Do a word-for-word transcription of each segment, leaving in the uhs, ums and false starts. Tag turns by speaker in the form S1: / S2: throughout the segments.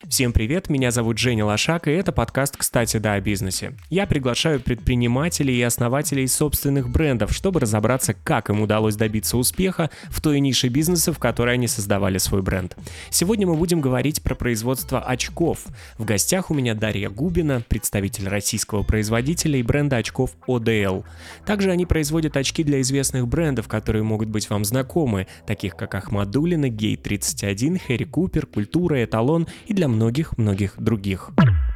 S1: Всем привет, меня зовут Женя Лошак, и это подкаст «Кстати, да, о бизнесе». Я приглашаю предпринимателей и основателей собственных брендов, чтобы разобраться, как им удалось добиться успеха в той нише бизнеса, в которой они создавали свой бренд. Сегодня мы будем говорить про производство очков. В гостях у меня Дарья Губина, представитель российского производителя и бренда очков о дэ эл. Также они производят очки для известных брендов, которые могут быть вам знакомы, таких как Ахмадуллина, Гейт тридцать один, Хэри Купер, Культура, Эталон и для многих-многих других.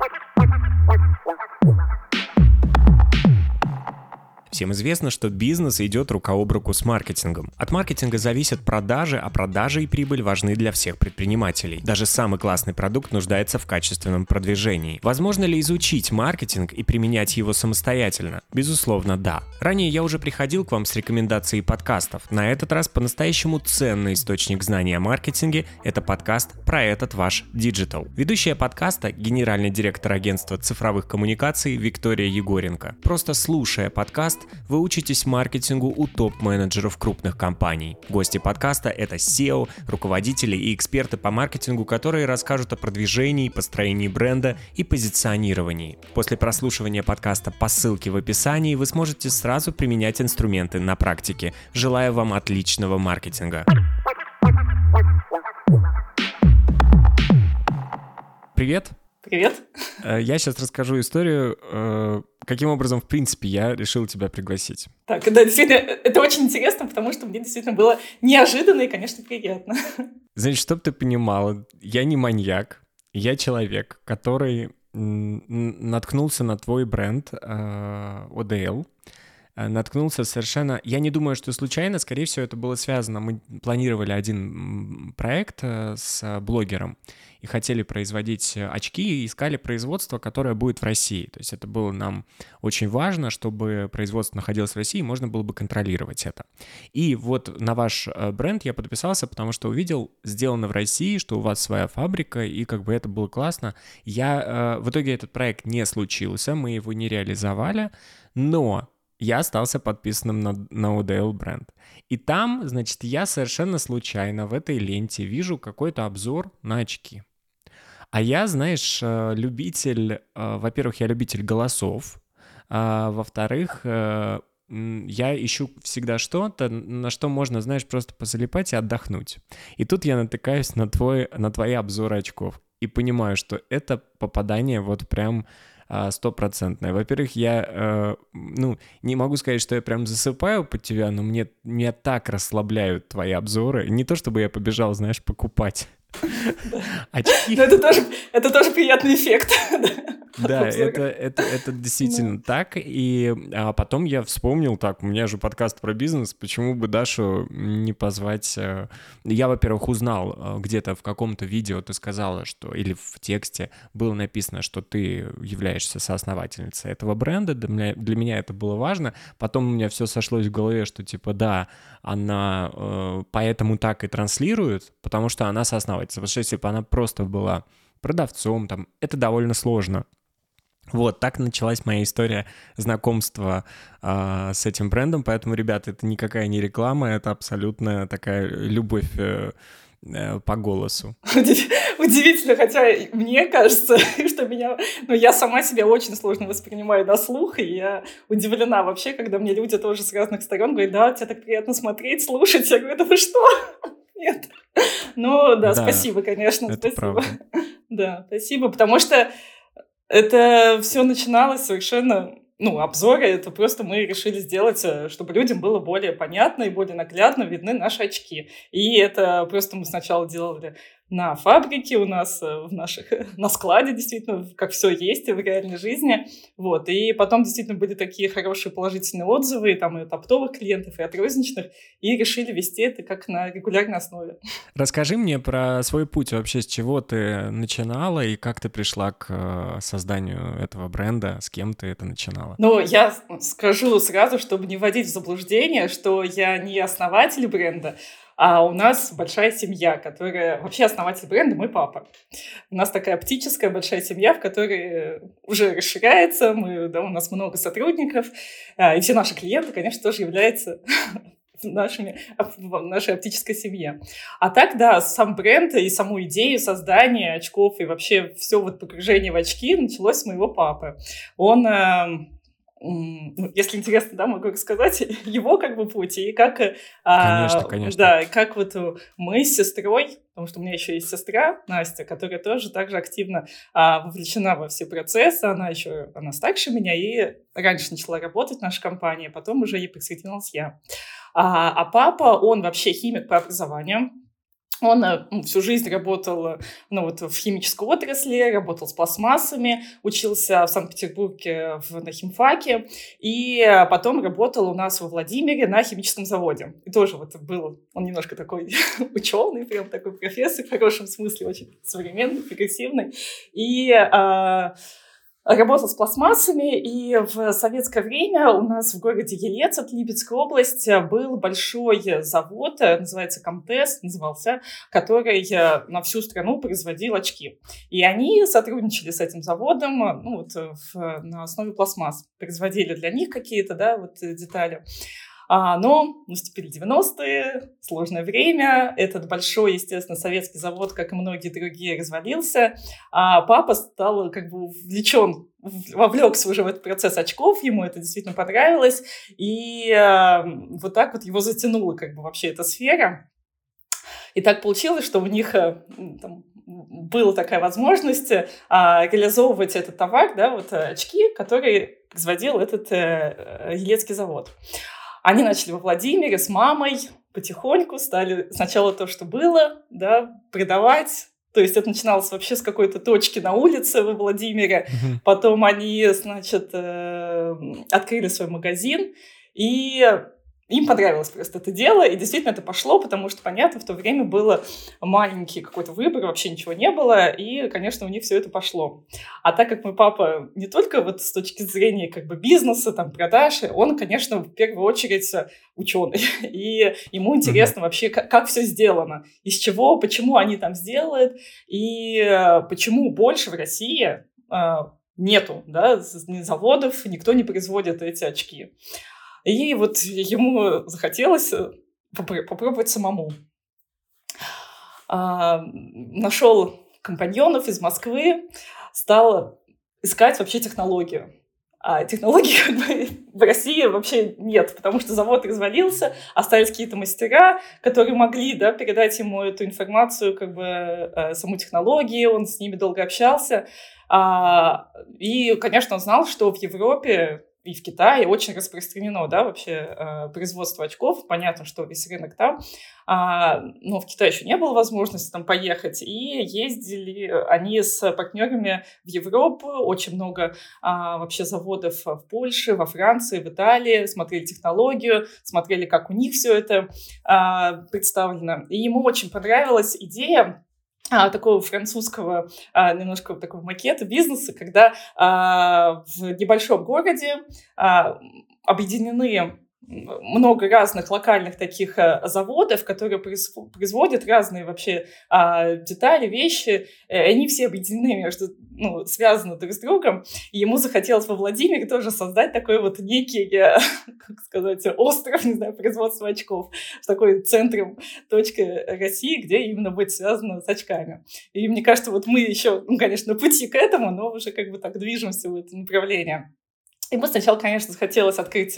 S1: Всем известно, что бизнес идет рука об руку с маркетингом. От маркетинга зависят продажи, а продажи и прибыль важны для всех предпринимателей. Даже самый классный продукт нуждается в качественном продвижении. Возможно ли изучить маркетинг и применять его самостоятельно? Безусловно, да. Ранее я уже приходил к вам с рекомендацией подкастов. На этот раз по-настоящему ценный источник знаний о маркетинге – это подкаст «Про этот ваш диджитал». Ведущая подкаста – генеральный директор агентства цифровых коммуникаций Виктория Егоренко. Просто слушая подкаст, вы учитесь маркетингу у топ-менеджеров крупных компаний. Гости подкаста — это си и о, руководители и эксперты по маркетингу, которые расскажут о продвижении, построении бренда и позиционировании. После прослушивания подкаста по ссылке в описании вы сможете сразу применять инструменты на практике. Желаю вам отличного маркетинга. Привет!
S2: Привет.
S1: Я сейчас расскажу историю, каким образом, в принципе, я решил тебя пригласить.
S2: Так, да, действительно, это очень интересно, потому что мне действительно было неожиданно и, конечно, приятно.
S1: Значит, чтобы ты понимала, я не маньяк, я человек, который наткнулся на твой бренд о дэ эл, наткнулся совершенно... Я не думаю, что случайно, скорее всего, это было связано. Мы планировали один проект с блогером и хотели производить очки, и искали производство, которое будет в России. То есть это было нам очень важно, чтобы производство находилось в России, и можно было бы контролировать это. И вот на ваш бренд я подписался, потому что увидел, сделано в России, что у вас своя фабрика, и как бы это было классно. Я... В итоге этот проект не случился, мы его не реализовали, но... я остался подписанным на, на о дэ эл бренд. И там, значит, я совершенно случайно в этой ленте вижу какой-то обзор на очки. А я, знаешь, любитель, во-первых, я любитель голосов, а во-вторых, я ищу всегда что-то, на что можно, знаешь, просто позалипать и отдохнуть. И тут я натыкаюсь на, твой, на твои обзоры очков и понимаю, что это попадание вот прям... стопроцентная. Во-первых, я, э, ну, не могу сказать, что я прям засыпаю под тебя, но мне, меня так расслабляют твои обзоры. Не то, чтобы я побежал, знаешь, покупать очки.
S2: Это тоже, это тоже приятный эффект.
S1: Да, это, это, это действительно no. так. И а потом я вспомнил, так, у меня же подкаст про бизнес, почему бы Дашу не позвать... Я, во-первых, узнал где-то в каком-то видео, ты сказала, что... Или в тексте было написано, что ты являешься соосновательницей этого бренда. Для меня, для меня это было важно. Потом у меня все сошлось в голове, что типа, да, она э, поэтому так и транслирует, потому что она соосновательница. Потому что если бы она просто была продавцом, там, это довольно сложно. Вот, так началась моя история знакомства э, с этим брендом, поэтому, ребята, это никакая не реклама, это абсолютно такая любовь э, э, по голосу.
S2: Удивительно, хотя мне кажется, что меня... Ну, я сама себя очень сложно воспринимаю на слух, и я удивлена вообще, когда мне люди тоже с разных сторон говорят, да, тебе так приятно смотреть, слушать. Я говорю, да вы что? Нет. Ну, да, да, спасибо, конечно,
S1: это
S2: спасибо.
S1: Правда.
S2: Да, спасибо, потому что это все начиналось совершенно, ну, обзоры, это просто мы решили сделать, чтобы людям было более понятно и более наглядно видны наши очки. И это просто мы сначала делали на фабрике у нас, в наших, на складе, действительно, как все есть в реальной жизни. Вот. И потом действительно были такие хорошие положительные отзывы, и, там, и от оптовых клиентов, и от розничных, и решили вести это как на регулярной основе.
S1: Расскажи мне про свой путь вообще, с чего ты начинала и как ты пришла к созданию этого бренда, с кем ты это начинала?
S2: Ну, я скажу сразу, чтобы не вводить в заблуждение, что я не основатель бренда, а у нас большая семья, которая... Вообще основатель бренда мой папа. У нас такая оптическая большая семья, в которой уже расширяется. Мы, да, у нас много сотрудников. И все наши клиенты, конечно, тоже являются нашими, в нашей оптической семье. А так, да, сам бренд и саму идею создания очков и вообще все вот погружение в очки началось с моего папы. Он... Если интересно, да, могу рассказать его как бы путь и как,
S1: Конечно,
S2: а,
S1: конечно.
S2: да, как вот мы с сестрой, потому что у меня еще есть сестра Настя, которая тоже также активно а, вовлечена во все процессы, она еще, она старше меня и раньше начала работать в нашей компании, потом уже ей присоединилась я. А, а папа, он вообще химик по образованию. Он ну, всю жизнь работал ну, вот, в химической отрасли, работал с пластмассами, учился в Санкт-Петербурге в, на химфаке, и потом работал у нас во Владимире на химическом заводе. И тоже вот был, он немножко такой ученый, прям такой профессор, в хорошем смысле, очень современный, прогрессивный. И... А, работал с пластмассами, и в советское время у нас в городе Елец, от Липецкой области, был большой завод, называется Комтес, назывался, который на всю страну производил очки. И они сотрудничали с этим заводом ну, вот, в, на основе пластмасс. Производили для них какие-то да, вот, детали. А, но наступили девяностые, сложное время. Этот большой, естественно, советский завод, как и многие другие, развалился. А папа стал как бы увлечен, вовлекся уже в этот процесс очков, ему это действительно понравилось. И а, вот так вот его затянула как бы вообще эта сфера. И так получилось, что у них там, была такая возможность а, реализовывать этот товар, да, вот очки, которые производил этот а, Елецкий завод. Они начали во Владимире с мамой, потихоньку стали сначала то, что было, да, продавать. То есть это начиналось вообще с какой-то точки на улице во Владимире. Mm-hmm. Потом они, значит, открыли свой магазин, и им понравилось просто это дело, и действительно это пошло, потому что, понятно, в то время был маленький какой-то выбор, вообще ничего не было, и, конечно, у них все это пошло. А так как мой папа не только вот с точки зрения как бы бизнеса, там, продаж, он, конечно, в первую очередь ученый, и ему интересно mm-hmm. вообще, как, как все сделано, из чего, почему они там сделают, и почему больше в России нету, да, заводов, никто не производит эти очки. И вот ему захотелось попробовать самому. А, нашел компаньонов из Москвы, стал искать вообще технологию. А технологий как бы в России вообще нет, потому что завод развалился, остались какие-то мастера, которые могли да, передать ему эту информацию, как бы саму технологию, он с ними долго общался. А, и, конечно, он знал, что в Европе и в Китае очень распространено, да, вообще э, производство очков. Понятно, что весь рынок там. А, но в Китае еще не было возможности там поехать. И ездили они с партнерами в Европу. Очень много а, вообще заводов в Польше, во Франции, в Италии. Смотрели технологию, смотрели, как у них все это а, представлено. И ему очень понравилась идея А, такого французского а, немножко такого макета бизнеса, когда а, в небольшом городе а, объединены много разных локальных таких а, заводов, которые производят разные вообще а, детали, вещи, и они все объединены между, ну, связаны друг с другом, и ему захотелось во Владимире тоже создать такой вот некий, как сказать, остров, не знаю, производства очков, с такой центром, точкой России, где именно будет связано с очками. И мне кажется, вот мы еще, ну, конечно, на пути к этому, но уже как бы так движемся в это направление. И мы сначала, конечно, захотелось открыть,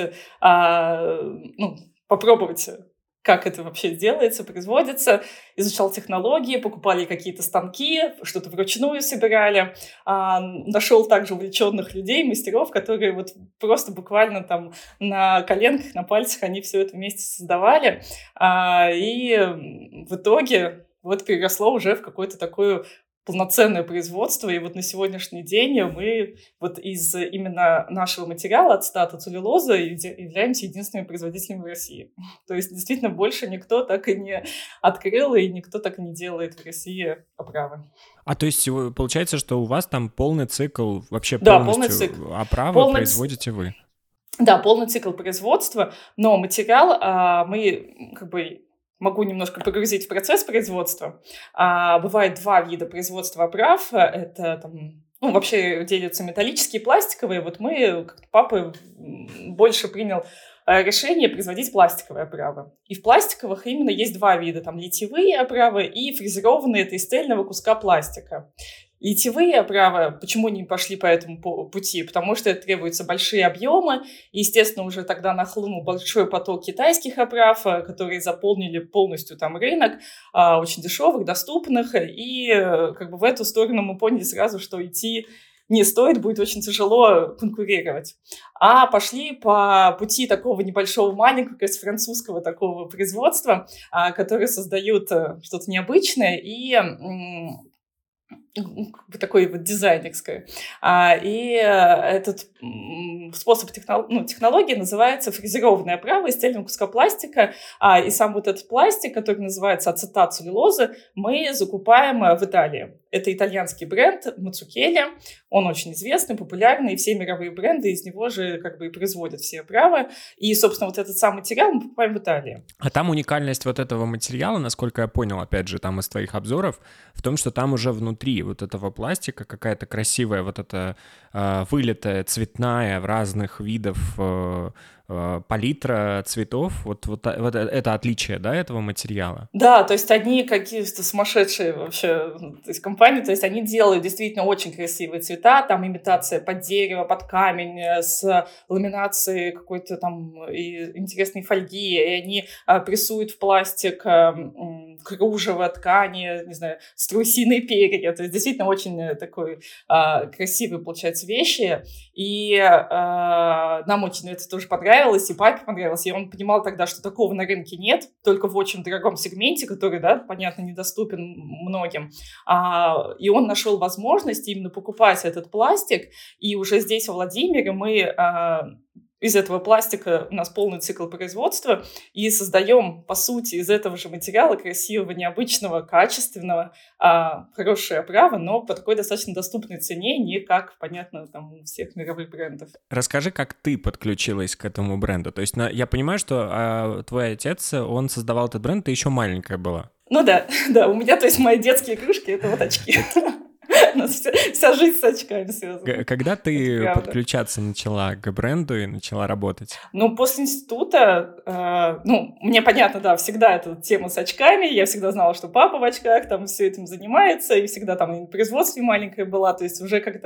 S2: а, ну, попробовать, как это вообще делается, производится. Изучал технологии, покупали какие-то станки, что-то вручную собирали. А, нашел также увлеченных людей, мастеров, которые вот просто буквально там на коленках, на пальцах они все это вместе создавали. А, и в итоге вот переросло уже в какую-то такую полноценное производство, и вот на сегодняшний день мы вот из именно нашего материала, от стата целлюлозы, являемся единственными производителями в России. То есть действительно больше никто так и не открыл, и никто так и не делает в России оправы.
S1: А то есть получается, что у вас там полный цикл, вообще
S2: да,
S1: полностью
S2: полный цикл.
S1: оправы
S2: полный
S1: производите вы?
S2: Да, полный цикл производства, но материал а, мы как бы... Могу немножко погрузить в процесс производства. А, бывает два вида производства оправ. Это там, ну, вообще делятся металлические и пластиковые. Вот мы, как папа, больше принял решение производить пластиковые оправы. И в пластиковых именно есть два вида. Там литьевые оправы и фрезерованные, это из цельного куска пластика. Литьевые оправы, почему не пошли по этому пути? Потому что это требуются большие объемы. И, естественно, уже тогда нахлынул большой поток китайских оправ, которые заполнили полностью там рынок, очень дешевых, доступных. И как бы в эту сторону мы поняли сразу, что идти не стоит, будет очень тяжело конкурировать. А пошли по пути такого небольшого, маленького, как раз французского такого производства, которые создают что-то необычное и такой вот дизайнерское. А, и этот способ технол- ну, технологии называется фрезерованная оправа из цельного куска пластика. А, и сам вот этот пластик, который называется ацетат целлюлозы, мы закупаем в Италии. Это итальянский бренд Мацукелли. Он очень известный, популярный, и все мировые бренды из него же как бы и производят все оправы. И, собственно, вот этот сам материал мы покупаем в Италии.
S1: А там уникальность вот этого материала, насколько я понял, опять же, там из твоих обзоров, в том, что там уже внутри вот этого пластика какая-то красивая вот эта э, вылитая, цветная, в разных видов э, э, палитра цветов. Вот, вот, вот это отличие, да, этого материала?
S2: Да, то есть они какие-то сумасшедшие вообще, то есть компании, то есть они делают действительно очень красивые цвета, там имитация под дерево, под камень, с ламинацией какой-то там и интересной фольги, и они а, прессуют в пластик а, кружево, ткани, не знаю, страусиные перья, то есть действительно очень такой а, красивый, получается, вещи, и а, нам очень это тоже понравилось, и папе понравилось, и он понимал тогда, что такого на рынке нет, только в очень дорогом сегменте, который, да, понятно, недоступен многим, а, и он нашел возможность именно покупать этот пластик, и уже здесь, во Владимире, мы а, из этого пластика, у нас полный цикл производства, и создаем, по сути, из этого же материала красивого, необычного, качественного, а, хорошей оправы, но по такой достаточно доступной цене, не как, понятно, там, у всех мировых брендов.
S1: Расскажи, как ты подключилась к этому бренду. То есть на, я понимаю, что а, твой отец, он создавал этот бренд, ты еще маленькая была.
S2: Ну да, да, у меня, то есть, мои детские кружки — это вот очки. У нас вся, вся жизнь с очками связана.
S1: Когда ты подключаться начала к бренду и начала работать?
S2: Ну, после института, э, ну, мне понятно, да, всегда эта тема с очками, я всегда знала, что папа в очках там все этим занимается, и всегда там и на производстве маленькая была, то есть уже как-то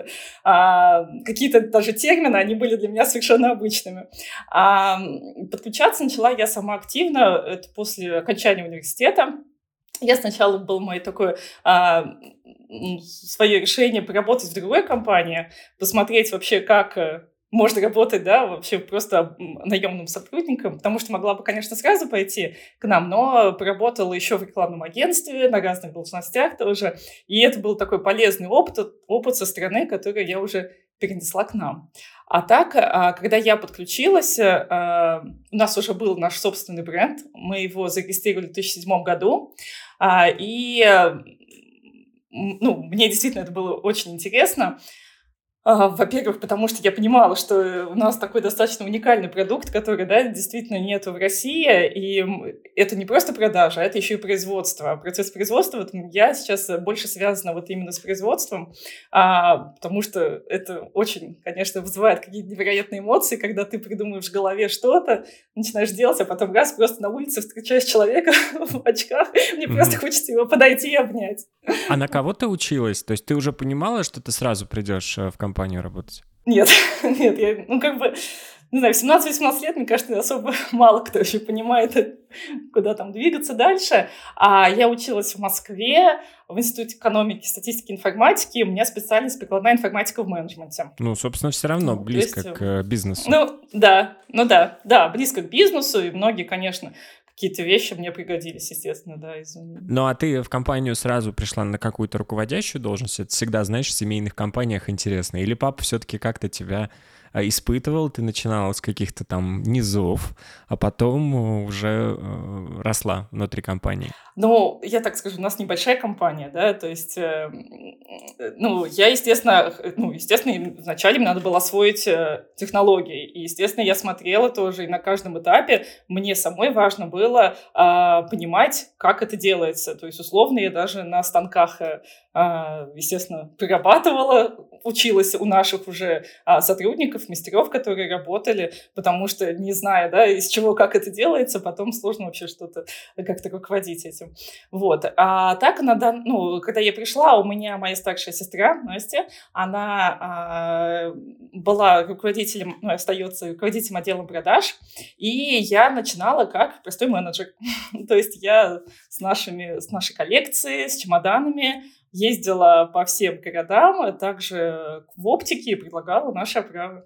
S2: э, какие-то даже термины, они были для меня совершенно обычными. А подключаться начала я сама активно, это после окончания университета. Я сначала был мое такое а, свое решение поработать в другой компании, посмотреть вообще, как можно работать, да, вообще просто наемным сотрудником, потому что могла бы, конечно, сразу пойти к нам, но поработала еще в рекламном агентстве на разных должностях тоже, и это был такой полезный опыт, опыт со стороны, который я уже перенесла к нам. А так, когда я подключилась, у нас уже был наш собственный бренд, мы его зарегистрировали в две тысячи седьмом году, и ну, мне действительно это было очень интересно. Во-первых, потому что я понимала, что у нас такой достаточно уникальный продукт, который, да, действительно нету в России, и это не просто продажа, а это еще и производство. Процесс производства, вот я сейчас больше связана вот именно с производством, а, потому что это очень, конечно, вызывает какие-то невероятные эмоции, когда ты придумываешь в голове что-то, начинаешь делать, а потом раз просто на улице встречаешь человека в очках, мне mm-hmm. просто хочется его подойти и обнять.
S1: А на кого ты училась? То есть ты уже понимала, что ты сразу придешь в компанию работать?
S2: Нет, нет, я, ну как бы, не знаю, в семнадцать-восемнадцать лет, мне кажется, особо мало кто еще понимает, куда там двигаться дальше. А я училась в Москве, в Институте экономики, статистики, информатики. У меня специальность прикладная информатика в менеджменте.
S1: Ну, собственно, все равно ну, близко есть, к бизнесу.
S2: Ну, да, ну да, да, близко к бизнесу, и многие, конечно, какие-то вещи мне пригодились, естественно, да, извини.
S1: Ну, а ты в компанию сразу пришла на какую-то руководящую должность? Это всегда, знаешь, в семейных компаниях интересно. Или папа все-таки как-то тебя испытывал, ты начинала с каких-то там низов, а потом уже э, росла внутри компании?
S2: Ну, я так скажу, у нас небольшая компания, да, то есть, э, ну, я, естественно, ну, естественно, вначале мне надо было освоить э, технологии, и, естественно, я смотрела тоже, и на каждом этапе мне самой важно было э, понимать, как это делается, то есть, условно, я даже на станках э, а, естественно, прорабатывала, училась у наших уже а, сотрудников, мастеров, которые работали, потому что, не зная, да, из чего, как это делается, потом сложно вообще что-то как-то руководить этим. Вот. А так, на дан- ну, когда я пришла, у меня моя старшая сестра, Настя, она а, была руководителем, ну, остается руководителем отдела продаж, и я начинала как простой менеджер. То есть я с, нашими, с нашей коллекцией, с чемоданами ездила по всем городам, а также в оптике и предлагала наши оправы.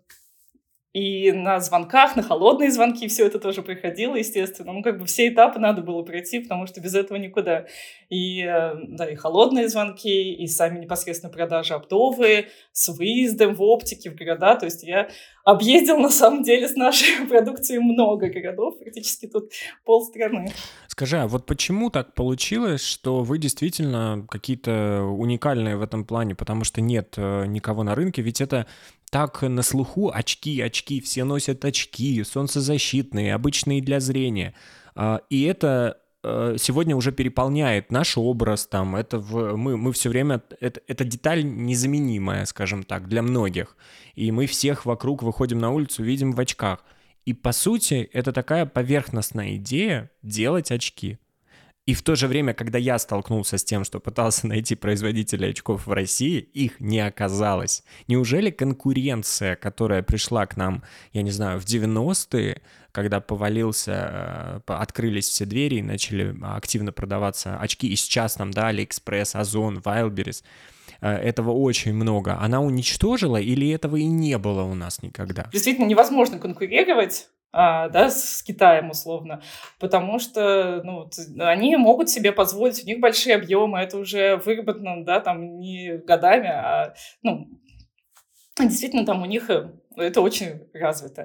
S2: И на звонках, на холодные звонки все это тоже приходило, естественно. Ну, как бы все этапы надо было пройти, потому что без этого никуда. И, э, да, и холодные звонки, и сами непосредственно продажи оптовые, с выездом в оптике, в города. То есть я объездила, на самом деле, с нашей продукцией много городов, практически тут полстраны.
S1: Скажи, а вот почему так получилось, что вы действительно какие-то уникальные в этом плане, потому что нет э, никого на рынке, ведь это так на слуху: очки, очки, все носят очки, солнцезащитные, обычные для зрения. А, И это э, сегодня уже переполняет наш образ, там, это в, мы, мы все время, это, это деталь незаменимая, скажем так, для многих. И мы всех вокруг выходим на улицу, видим в очках. И по сути, это такая поверхностная идея делать очки. И в то же время, когда я столкнулся с тем, что пытался найти производителей очков в России, их не оказалось. Неужели конкуренция, которая пришла к нам, я не знаю, в девяностые, когда повалился, э, открылись все двери и начали активно продаваться очки, и сейчас нам, да, AliExpress, Озон, Wildberries, э, этого очень много, она уничтожила или этого и не было у нас никогда?
S2: Действительно невозможно конкурировать, а, да, с с Китаем условно, потому что, ну, вот они могут себе позволить, у них большие объемы, это уже выработано, да, там не годами, а, ну, действительно там у них э, это очень развито.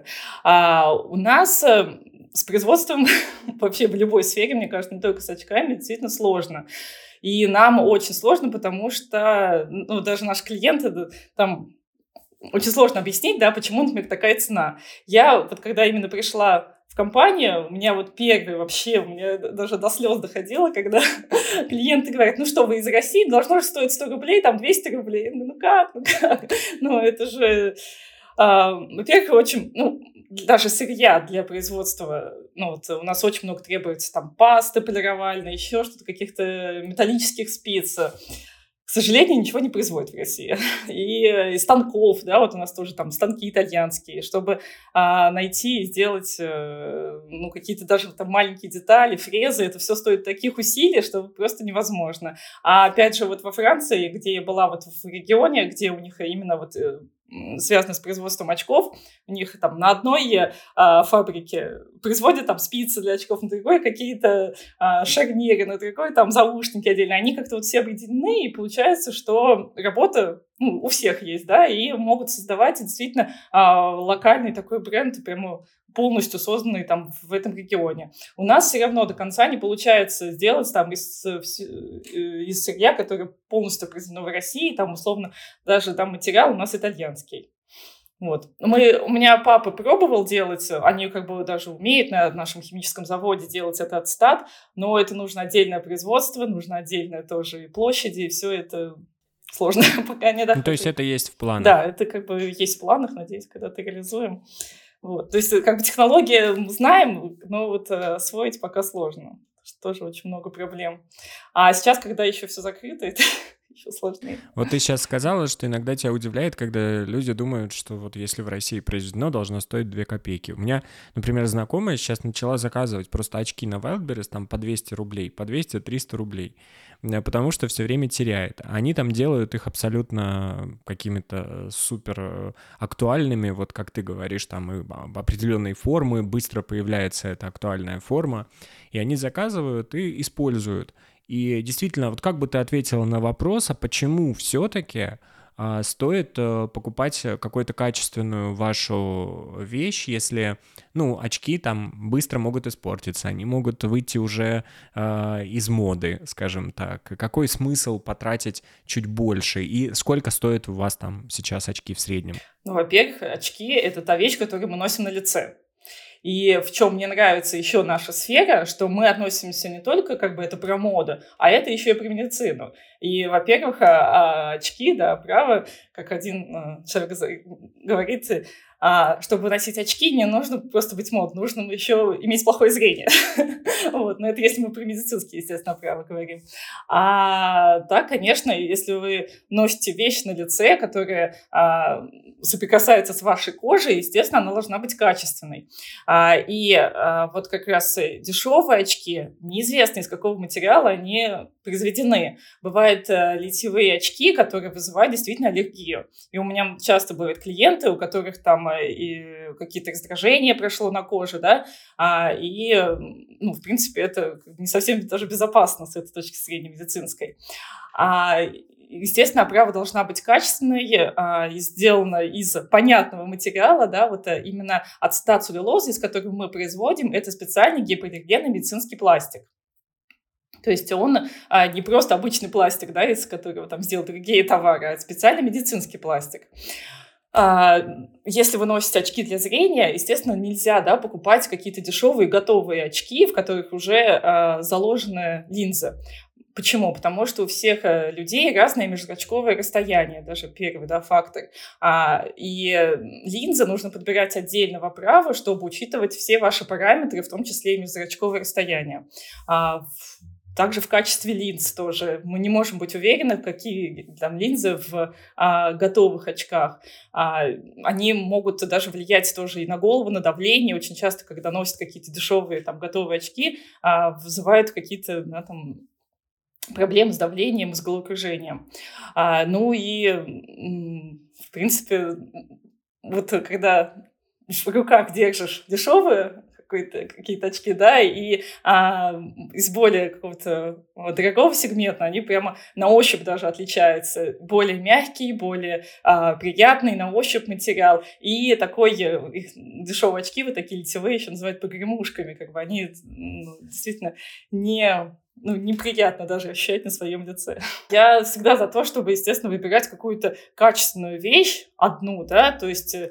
S2: А у нас э, с производством вообще в любой сфере, мне кажется, не только с очками, действительно сложно. И нам очень сложно, потому что, ну, даже наши клиенты, да, там очень сложно объяснить, да, почему, например, такая цена. Я вот когда именно пришла в компанию, у меня вот первый вообще, у меня д- даже до слез доходило, когда клиенты говорят: ну что, вы из России, должно же стоить сто рублей, там двести рублей. Я говорю: ну как, ну как? Ну это же, а, во-первых, очень, ну, даже сырья для производства, ну, вот у нас очень много требуется там пасты полировальной, еще что-то, каких-то металлических спиц. К сожалению, ничего не производят в России. И, э, и станков, да, вот у нас тоже там станки итальянские, чтобы а, найти и сделать, э, ну, какие-то даже там маленькие детали, фрезы, это все стоит таких усилий, что просто невозможно. А опять же, вот во Франции, где я была вот в регионе, где у них именно вот э, м, связано с производством очков, у них там на одной э, а, фабрике производят там спицы для очков, на другой какие-то а, шарниры, на другой там заушники отдельно. Они как-то вот все объединены, и получается, что работа, ну, у всех есть, да, и могут создавать действительно а, локальный такой бренд, прямо полностью созданный там в этом регионе. У нас все равно до конца не получается сделать там из, э, вс- э, из сырья, которое полностью произведено в России, там условно даже там материал у нас итальянский. Вот. Мы, у меня папа пробовал делать, они как бы даже умеют на нашем химическом заводе делать этот стат, но это нужно отдельное производство, нужно отдельное тоже и площади, и все это сложно, пока не
S1: Ну, то есть
S2: доходит.
S1: это есть в планах.
S2: Да, это как бы есть в планах, надеюсь, когда-то реализуем. Вот. То есть э, как бы технологии мы знаем, но вот э, освоить пока сложно. Что тоже очень много проблем. А сейчас, когда еще все закрыто, это еще сложнее.
S1: Вот ты сейчас сказала, что иногда тебя удивляет, когда люди думают, что вот если в России произведено, должно стоить две копейки. У меня, например, знакомая сейчас начала заказывать просто очки на Wildberries там по двести рублей, по двести-триста рублей, э, потому что все время теряет. Они там делают их абсолютно какими-то супер э, актуальными, вот как ты говоришь, там и об- определенной формы, быстро появляется эта актуальная форма, и они заказывают и используют. И действительно, вот как бы ты ответила на вопрос, а почему все-таки а, стоит а, покупать какую-то качественную вашу вещь, если, ну, очки там быстро могут испортиться, они могут выйти уже а, из моды, скажем так. Какой смысл потратить чуть больше? И сколько стоит у вас там сейчас очки в среднем?
S2: Ну, во-первых, очки — это та вещь, которую мы носим на лице. И в чем мне нравится еще наша сфера, что мы относимся не только как бы это про моду, а это еще и про медицину. И, во-первых, а, а, очки, да, оправа, как один а, человек говорит, а, чтобы носить очки, не нужно просто быть модным, нужно еще иметь плохое зрение. Вот, но это если мы про медицинские, естественно, оправы говорим. А так, конечно, если вы носите вещь на лице, которая а, соприкасается с вашей кожей, естественно, она должна быть качественной. А, и а, вот как раз дешевые очки, неизвестно из какого материала они произведены. Бывают а, литьевые очки, которые вызывают действительно аллергию. И у меня часто бывают клиенты, у которых там и какие-то раздражения прошло на коже, да, а, и, ну, в принципе, это не совсем даже безопасно с этой точки зрения медицинской. А, естественно, оправа должна быть качественной, а, и сделана из понятного материала, да, вот а, именно ацетат целлюлозы, из которого мы производим, это специальный гипоаллергенный медицинский пластик. То есть он а, не просто обычный пластик, да, из которого там сделают другие товары, а специальный медицинский пластик. Если вы носите очки для зрения, естественно, нельзя, да, покупать какие-то дешевые готовые очки, в которых уже а, заложены линзы. Почему? Потому что у всех людей разное межзрачковое расстояние, даже первый, да, фактор. А, и линзы нужно подбирать отдельно в оправу, чтобы учитывать все ваши параметры, в том числе и межзрачковое расстояние. А, Также в качестве линз тоже. Мы не можем быть уверены, какие там линзы в а, готовых очках. А, они могут даже влиять тоже и на голову, на давление. Очень часто, когда носят какие-то дешевые там готовые очки, а, вызывают какие-то, да, там, проблемы с давлением, с головокружением. А, ну и, в принципе, вот когда в руках держишь дешевые какие-то очки, да, и а, из более какого-то дорогого сегмента они прямо на ощупь даже отличаются. Более мягкий, более а, приятный на ощупь материал. И такой дешевые очки, вот такие литьевые, еще называют погремушками, как бы они, ну, действительно не... ну, неприятно даже ощущать на своем лице. Я всегда за то, чтобы, естественно, выбирать какую-то качественную вещь, одну, да, то есть, э,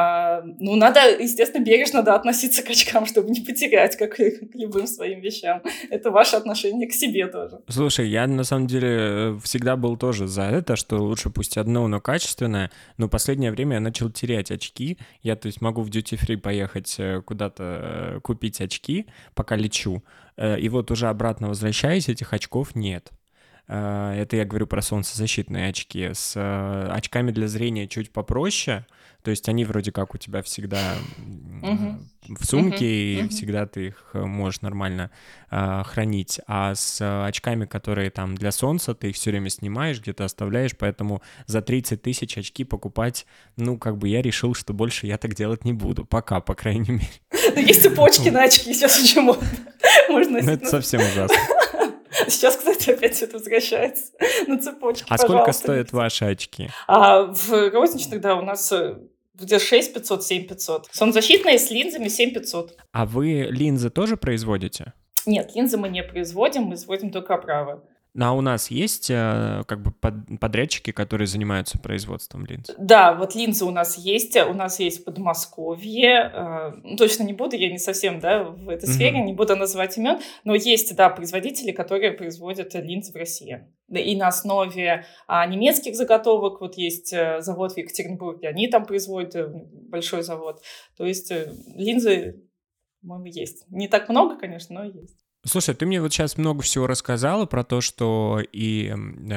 S2: ну, надо, естественно, бережно, да, относиться к очкам, чтобы не потерять, как и к любым своим вещам. Это ваше отношение к себе тоже.
S1: Слушай, я, на самом деле, всегда был тоже за это, что лучше пусть одно, но качественное, но в последнее время я начал терять очки. Я, то есть, могу в duty-free поехать куда-то купить очки, пока лечу, и вот уже обратно возвращаясь, этих очков нет. Это я говорю про солнцезащитные очки. С очками для зрения чуть попроще. То есть они вроде как у тебя всегда uh-huh. в сумке, uh-huh. и uh-huh. всегда ты их можешь нормально э, хранить. А с очками, которые там для солнца, ты их все время снимаешь, где-то оставляешь, поэтому за тридцать тысяч очки покупать, ну, как бы я решил, что больше я так делать не буду. Пока, по крайней мере.
S2: Ну, есть цепочки на очки, сейчас очень модно. Можно.
S1: Ну, это совсем ужасно.
S2: Сейчас, кстати, опять все это возвращается на цепочке.
S1: А сколько стоят ваши очки?
S2: А в розничных, да, у нас где шесть пятьсот, семь пятьсот. Солнцезащитные с линзами семь пятьсот.
S1: А вы линзы тоже производите?
S2: Нет, линзы мы не производим, мы производим только оправы.
S1: А у нас есть как бы подрядчики, которые занимаются производством линз?
S2: Да, вот линзы у нас есть, у нас есть в Подмосковье. Точно не буду, я не совсем, да, в этой сфере, mm-hmm. не буду называть имен, но есть, да, производители, которые производят линзы в России. И на основе а, немецких заготовок, вот есть завод в Екатеринбурге, они там производят, большой завод. То есть линзы, по-моему, есть. Не так много, конечно, но есть.
S1: Слушай, ты мне вот сейчас много всего рассказала про то, что и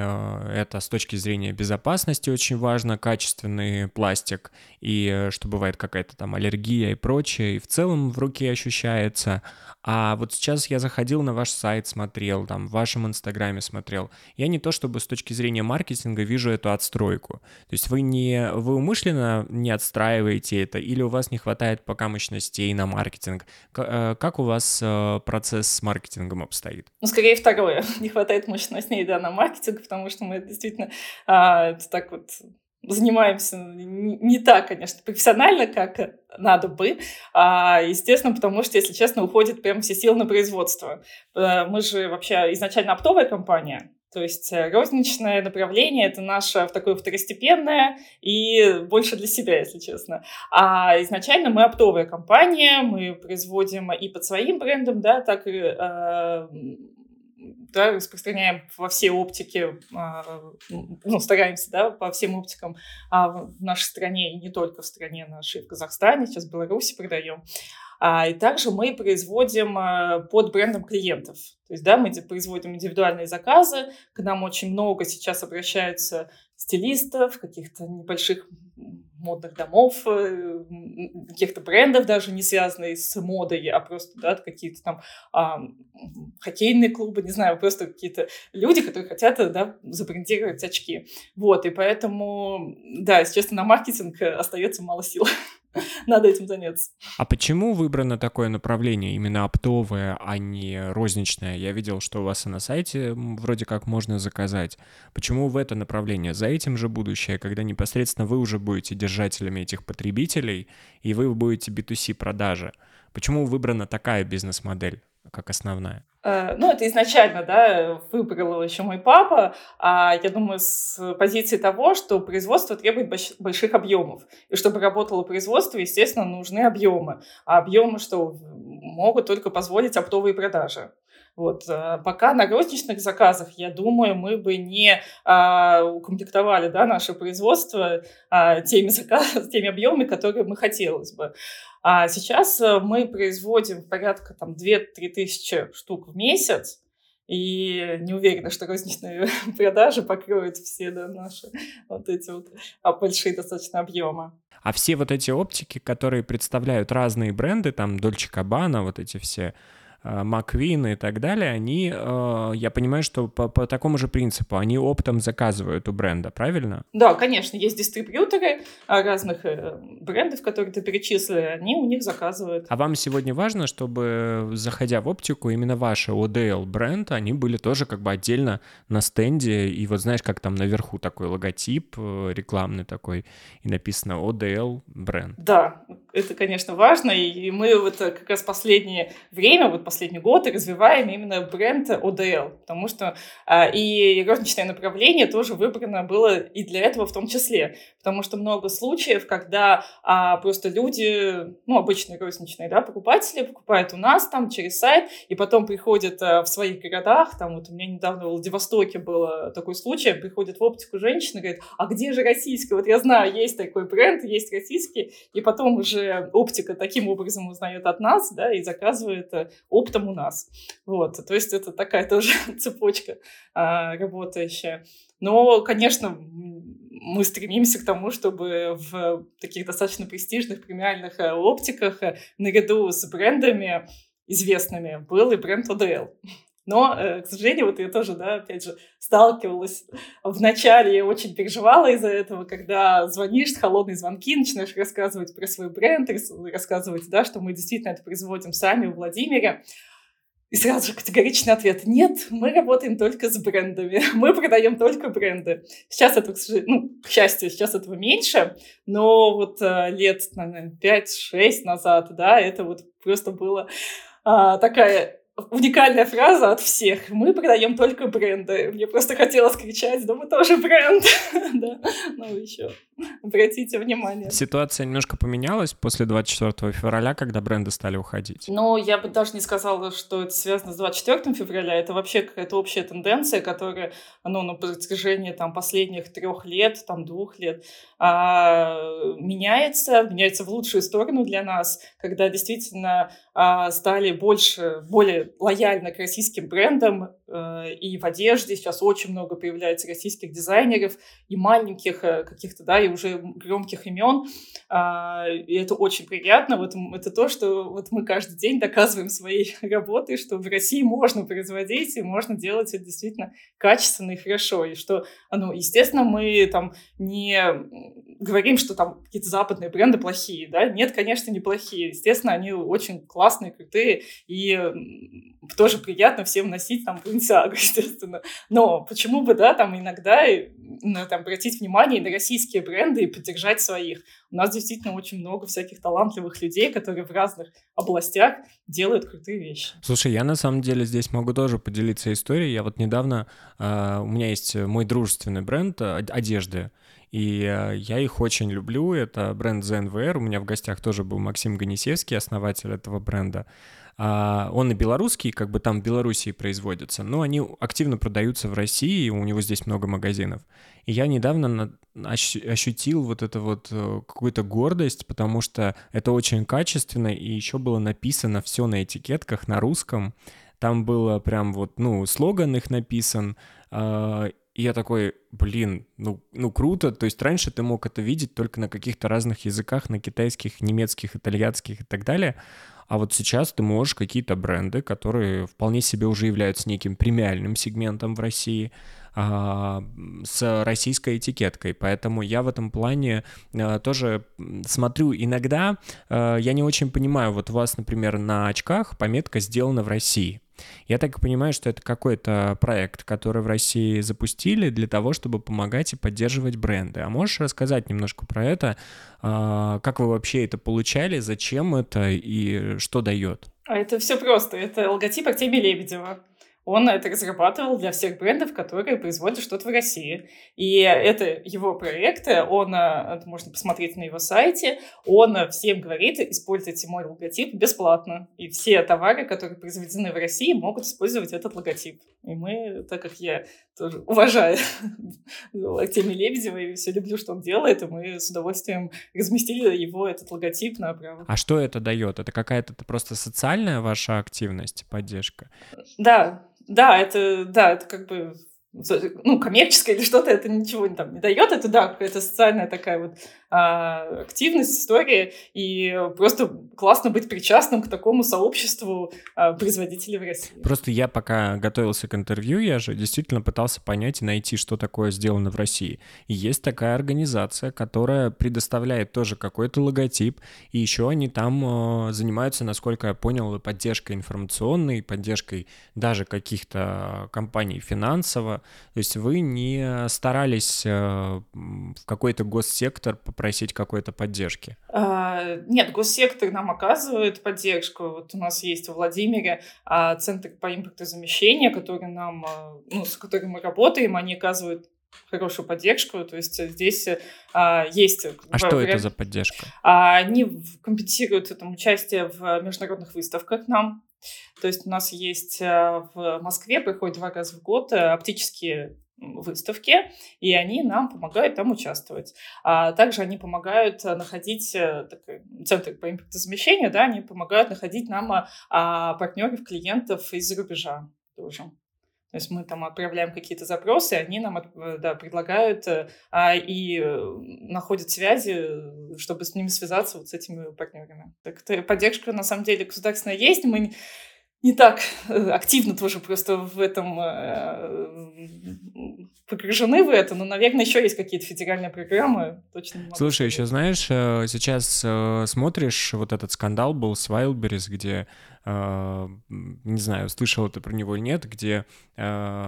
S1: э, это с точки зрения безопасности очень важно, качественный пластик, и что бывает какая-то там аллергия и прочее, и в целом в руке ощущается. А вот сейчас я заходил на ваш сайт, смотрел, там, в вашем инстаграме смотрел. Я не то чтобы с точки зрения маркетинга вижу эту отстройку. То есть вы не, вы умышленно не отстраиваете это, или у вас не хватает пока мощностей на маркетинг? К- как у вас э, процесс с маркетингом? маркетингом обстоит?
S2: Ну, скорее второе. Не хватает мощностей, да, на маркетинг, потому что мы действительно а, так вот занимаемся не, не так, конечно, профессионально, как надо бы. А, естественно, потому что, если честно, уходит прям все силы на производство. Мы же вообще изначально оптовая компания. То есть розничное направление — это наше такое второстепенное и больше для себя, если честно. А изначально мы оптовая компания, мы производим и под своим брендом, да, так и э, да, распространяем во все оптики, ну, стараемся, да, по всем оптикам в нашей стране, и не только в стране нашей, в Казахстане, сейчас в Беларуси продаем. И также мы производим под брендом клиентов. То есть, да, мы производим индивидуальные заказы, к нам очень много сейчас обращаются стилистов, каких-то небольших модных домов, каких-то брендов даже не связанные с модой, а просто, да, какие-то там а, хоккейные клубы, не знаю, просто какие-то люди, которые хотят, да, забрендировать очки. Вот, и поэтому, да, если честно, на маркетинг остается мало сил. Надо этим заняться.
S1: А почему выбрано такое направление, именно оптовое, а не розничное? Я видел, что у вас и на сайте вроде как можно заказать. Почему в это направление? За этим же будущее, когда непосредственно вы уже будете держателями этих потребителей, и вы будете би ту си продажи. Почему выбрана такая бизнес-модель как основная?
S2: Ну, это изначально, да, выбрал еще мой папа, а я думаю, с позиции того, что производство требует больших объемов. И чтобы работало производство, естественно, нужны объемы. А объемы, что могут только позволить оптовые продажи. Вот. Пока на розничных заказах, я думаю, мы бы не а, укомплектовали, да, наше производство а, теми, заказ, теми объемами, которые мы хотелось бы. А сейчас мы производим порядка там две-три тысячи штук в месяц, и не уверена, что розничные продажи покроют все, да, наши вот эти вот большие достаточно объемы.
S1: А все вот эти оптики, которые представляют разные бренды, там Dolce Gabbana, вот эти все McQueen и так далее, они, я понимаю, что по, по такому же принципу, они оптом заказывают у бренда, правильно?
S2: Да, конечно, есть дистрибьюторы разных брендов, которые ты перечислили, они у них заказывают.
S1: А вам сегодня важно, чтобы, заходя в оптику, именно ваши о дэ эл бренд, они были тоже как бы отдельно на стенде, и вот знаешь, как там наверху такой логотип рекламный такой, и написано о дэ эл бренд.
S2: Да, это, конечно, важно, и мы вот как раз последнее время, вот последний год, и развиваем именно бренд о дэ эл, потому что а, и розничное направление тоже выбрано было и для этого в том числе, потому что много случаев, когда а, просто люди, ну, обычные розничные, да, покупатели покупают у нас там через сайт, и потом приходят а, в своих городах, там вот у меня недавно в Владивостоке был такой случай, приходит в оптику женщина, говорит, а где же российский? Вот я знаю, есть такой бренд, есть российский, и потом уже оптика таким образом узнает от нас, да, и заказывает оптом у нас. Вот, то есть это такая тоже цепочка а, работающая. Но, конечно, мы стремимся к тому, чтобы в таких достаточно престижных премиальных оптиках наряду с брендами известными был и бренд о дэ эл. Но, к сожалению, вот я тоже, да, опять же, сталкивалась. Вначале я очень переживала из-за этого, когда звонишь, холодные звонки, начинаешь рассказывать про свой бренд, рассказывать, да, что мы действительно это производим сами в Владимире. И сразу же категоричный ответ: нет, мы работаем только с брендами, мы продаем только бренды. Сейчас это, ну, к счастью, сейчас этого меньше, но вот лет, наверное, пять-шесть назад, да, это вот просто было а, такая уникальная фраза от всех. Мы продаем только бренды. Мне просто хотелось кричать, да мы тоже бренд. Да. Ну, еще обратите внимание.
S1: Ситуация немножко поменялась после двадцать четвёртого февраля, когда бренды стали уходить.
S2: Но я бы даже не сказала, что это связано с двадцать четвёртого февраля. Это вообще какая-то общая тенденция, которая, ну, на протяжении там последних трех лет, там двух лет а, меняется, меняется в лучшую сторону для нас, когда действительно а, стали больше, более лояльны к российским брендам, э, и в одежде сейчас очень много появляется российских дизайнеров, и маленьких э, каких-то, да, и уже громких имен, э, и это очень приятно. Вот это то, что вот мы каждый день доказываем своей работой, что в России можно производить, и можно делать это действительно качественно и хорошо, и что, ну, естественно, мы там не говорим, что там какие-то западные бренды плохие, да, нет, конечно, не плохие, естественно, они очень классные, крутые, и тоже приятно всем носить там Balenciaga, естественно. Но почему бы, да, там иногда ну, там, обратить внимание на российские бренды и поддержать своих. У нас действительно очень много всяких талантливых людей, которые в разных областях делают крутые вещи.
S1: Слушай, я на самом деле здесь могу тоже поделиться историей. Я вот недавно, э, у меня есть мой дружественный бренд одежды, и э, я их очень люблю. Это бренд зэ эн вэ эр. У меня в гостях тоже был Максим Ганисевский, основатель этого бренда. А, он и белорусский, как бы там в Белоруссии производятся, но они активно продаются в России, и у него здесь много магазинов. И я недавно на- ощ- ощутил вот это вот э, какую-то гордость, потому что это очень качественно, и еще было написано все на этикетках на русском. Там было прям вот, ну, слоган их написан, а, и я такой, блин, ну, ну круто. То есть раньше ты мог это видеть только на каких-то разных языках, на китайских, немецких, итальянских и так далее. А вот сейчас ты можешь какие-то бренды, которые вполне себе уже являются неким премиальным сегментом в России, а, с российской этикеткой. Поэтому я в этом плане а, тоже м, смотрю иногда, а, я не очень понимаю, вот у вас, например, на очках пометка «Сделано в России». Я так понимаю, что это какой-то проект, который в России запустили для того, чтобы помогать и поддерживать бренды. А можешь рассказать немножко про это? А, Как вы вообще это получали? Зачем это и что дает?
S2: А это все просто. Это логотип Артемия Лебедева. Он это разрабатывал для всех брендов, которые производят что-то в России. И это его проекты, он, э, это можно посмотреть на его сайте, он э, всем говорит, используйте мой логотип бесплатно. И все товары, которые произведены в России, могут использовать этот логотип. И мы, так как я тоже уважаю Артемия Лебедева и все люблю, что он делает, и мы с удовольствием разместили его, этот логотип, на правах.
S1: А что это дает? Это какая-то просто социальная ваша активность, поддержка?
S2: Да, да, это, да, это как бы, ну, коммерческое или что-то, это ничего не там не дает. Это, да, какая-то социальная такая вот а, активность, история. И просто классно быть причастным к такому сообществу а, производителей в России.
S1: Просто я пока готовился к интервью, я же действительно пытался понять и найти, что такое сделано в России. И есть такая организация, которая предоставляет тоже какой-то логотип, и еще они там э, занимаются, насколько я понял, и поддержкой информационной, поддержкой даже каких-то компаний финансово. То есть вы не старались э, м, в какой-то госсектор попросить какой-то поддержки?
S2: А, Нет, госсектор нам оказывает поддержку. Вот у нас есть в Владимире а, центр по импортозамещению, который нам, а, ну, с которым мы работаем, они оказывают хорошую поддержку. То есть здесь а, есть...
S1: А что это за поддержка?
S2: А, Они в- компенсируют там участие в международных выставках нам. То есть у нас есть а, в Москве, приходят два раза в год а, оптические м, выставки, и они нам помогают там участвовать. А также они помогают а, находить, а, такой центр по импортозамещению, да, они помогают находить нам а, а, партнеров, клиентов из-за рубежа тоже. То есть мы там отправляем какие-то запросы, они нам от- э, да, предлагают э, а, и э, находят связи, э, чтобы с ними связаться, вот с этими партнерами. Так это поддержка на самом деле государственная есть, мы не не так э, активно тоже просто в этом э, погружены в это, но, наверное, еще есть какие-то федеральные программы, точно не могу
S1: Слушай, еще
S2: сказать.
S1: знаешь, э, сейчас э, смотришь, вот этот скандал был с Wildberries, где, э, м, не знаю, слышал ты про него или нет, где, э,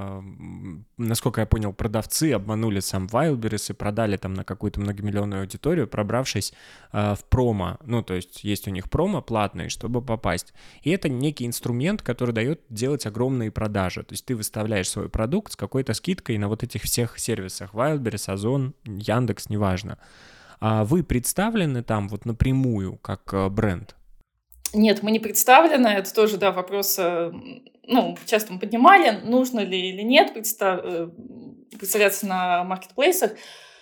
S1: м, насколько я понял, продавцы обманули сам Wildberries и продали там на какую-то многомиллионную аудиторию, пробравшись э, в промо. Ну, то есть есть у них промо платные, чтобы попасть. И это некий инструмент, который дает делать огромные продажи. То есть ты выставляешь свой продукт с какой-то скидкой на вот этих всех сервисах: Wildberries, Озон, Яндекс, неважно. А вы представлены там вот напрямую как э, бренд?
S2: Нет, мы не представлены. Это тоже, да, вопрос, э, м, ну, часто мы поднимали, нужно ли или нет представ- э, представляться на маркетплейсах.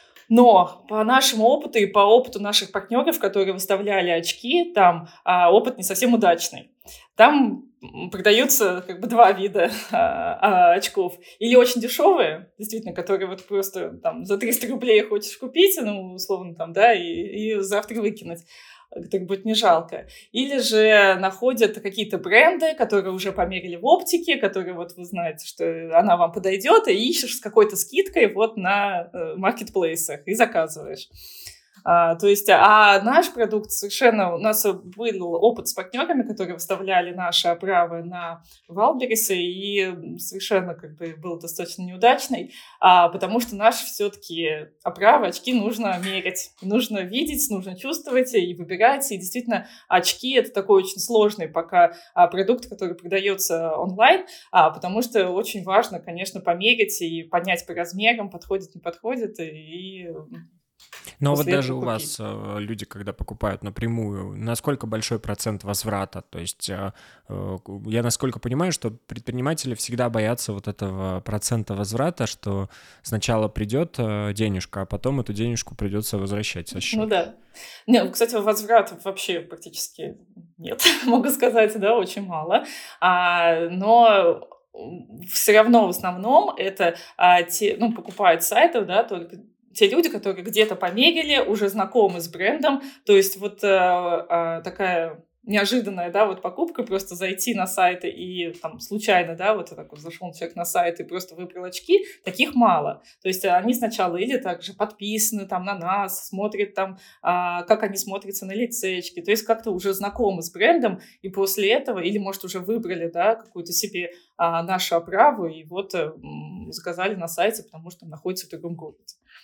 S2: Но по нашему опыту и по опыту наших партнеров, которые выставляли очки, там а, опыт не совсем удачный. Там м, продаются как бы два вида а, а, очков. Или очень дешевые, действительно, которые вот просто там за триста рублей хочешь купить, ну, условно, там, да, и, и завтра выкинуть. Так будет не жалко. Или же находят какие-то бренды, которые уже померили в оптике, которые вот вы знаете, что она вам подойдет, и ищешь с какой-то скидкой вот на э, маркетплейсах и заказываешь. А, то есть, а наш продукт совершенно... У нас был опыт с партнерами, которые выставляли наши оправы на Валберисы, и совершенно как бы был достаточно неудачный, а, потому что наши все-таки оправы, очки нужно мерять. Нужно видеть, нужно чувствовать и выбирать. И действительно, очки — это такой очень сложный пока а, продукт, который продается онлайн, а, потому что очень важно, конечно, померить и понять по размерам, подходит, не подходит, и
S1: Но вот
S2: после
S1: даже
S2: этого
S1: у
S2: купить.
S1: вас э, люди, когда покупают напрямую, насколько большой процент возврата? То есть э, э, я насколько понимаю, что предприниматели всегда боятся вот этого процента возврата, что сначала придет э, денежка, а потом эту денежку придется возвращать со
S2: Ну
S1: счета.
S2: да. Не, ну, кстати, возвратов вообще практически нет, могу сказать, да, очень мало. А, но все равно в основном это а, те, ну, покупают с сайтов, да, только те люди, которые где-то померили, уже знакомы с брендом. То есть вот а, а, такая неожиданная, да, вот покупка, просто зайти на сайт и там случайно, да, вот так вот зашел человек на сайт и просто выбрал очки, таких мало. То есть они сначала или также подписаны там на нас, смотрят там, а, как они смотрятся на лицечке, то есть как-то уже знакомы с брендом, и после этого, или, может, уже выбрали, да, какую-то себе а, нашу оправу, и вот м, заказали на сайте, потому что он находится в другом городе.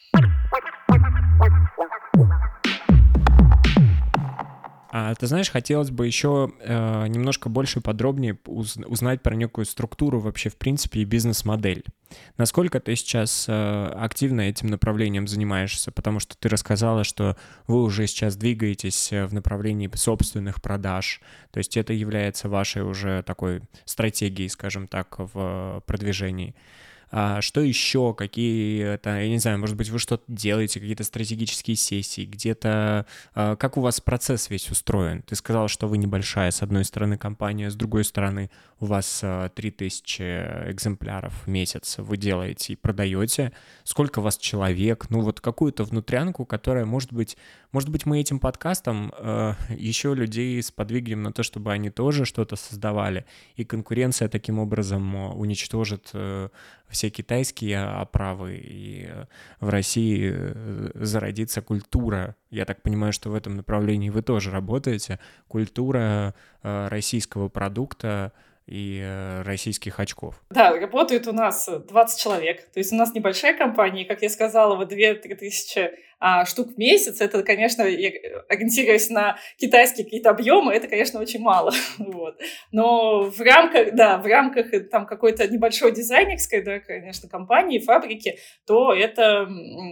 S1: А ты знаешь, хотелось бы еще э, немножко больше подробнее уз- узнать про некую структуру вообще, в принципе, и бизнес-модель. Насколько ты сейчас э, активно этим направлением занимаешься? Потому что ты рассказала, что вы уже сейчас двигаетесь в направлении собственных продаж. То есть это является вашей уже такой стратегией, скажем так, в продвижении. А что еще? Какие-то, я не знаю, может быть, вы что-то делаете, какие-то стратегические сессии, где-то... а, Как у вас процесс весь устроен? Ты сказал, что вы небольшая, с одной стороны, компания, с другой стороны, у вас а, три тысячи экземпляров в месяц вы делаете и продаете. Сколько у вас человек? Ну, вот какую-то внутрянку, которая, может быть, может быть, мы этим подкастом э, еще людей сподвигнем на то, чтобы они тоже что-то создавали, и конкуренция таким образом э, уничтожит э, все китайские оправы, и э, в России э, зародится культура. Я так понимаю, что в этом направлении вы тоже работаете. Культура э, российского продукта и э, российских очков.
S2: Да, работает у нас двадцать человек. То есть у нас небольшая компания, и, как я сказала, вот две-три тысячи а, штук в месяц. Это, конечно, я, ориентируясь на китайские какие-то объемы, это, конечно, очень мало. Вот. Но в рамках, да, в рамках там какой-то небольшой дизайнерской, да, конечно, компании, фабрики, то это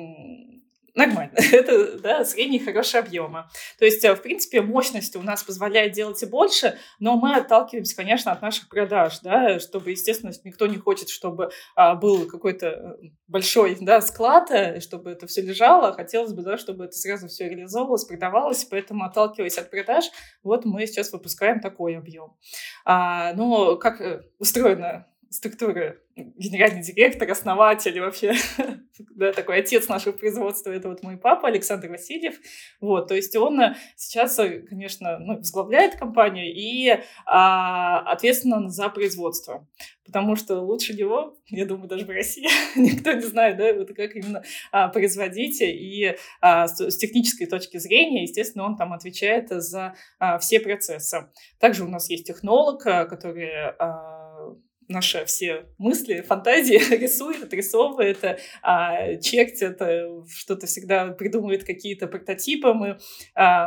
S2: нормально. Это, да, средние хорошие объемы. То есть, в принципе, мощность у нас позволяет делать и больше, но мы отталкиваемся, конечно, от наших продаж, да, чтобы, естественно, никто не хочет, чтобы а, был какой-то большой, да, склад, чтобы это все лежало. Хотелось бы, да, чтобы это сразу все реализовывалось, продавалось, поэтому, отталкиваясь от продаж, вот мы сейчас выпускаем такой объем. А, но как устроена структура: генеральный директор, основатель, вообще, да, такой отец нашего производства, это вот мой папа Александр Васильев. Вот, то есть он сейчас, конечно, ну, возглавляет компанию и а, ответственен за производство. Потому что лучше него, я думаю, даже в России никто не знает, да, вот как именно а, производить. И а, с, с технической точки зрения, естественно, он там отвечает за а, все процессы. Также у нас есть технолог, который а, наши все мысли, фантазии рисует, отрисовывает, а, чертит, что-то всегда придумывает, какие-то прототипы. Мы а,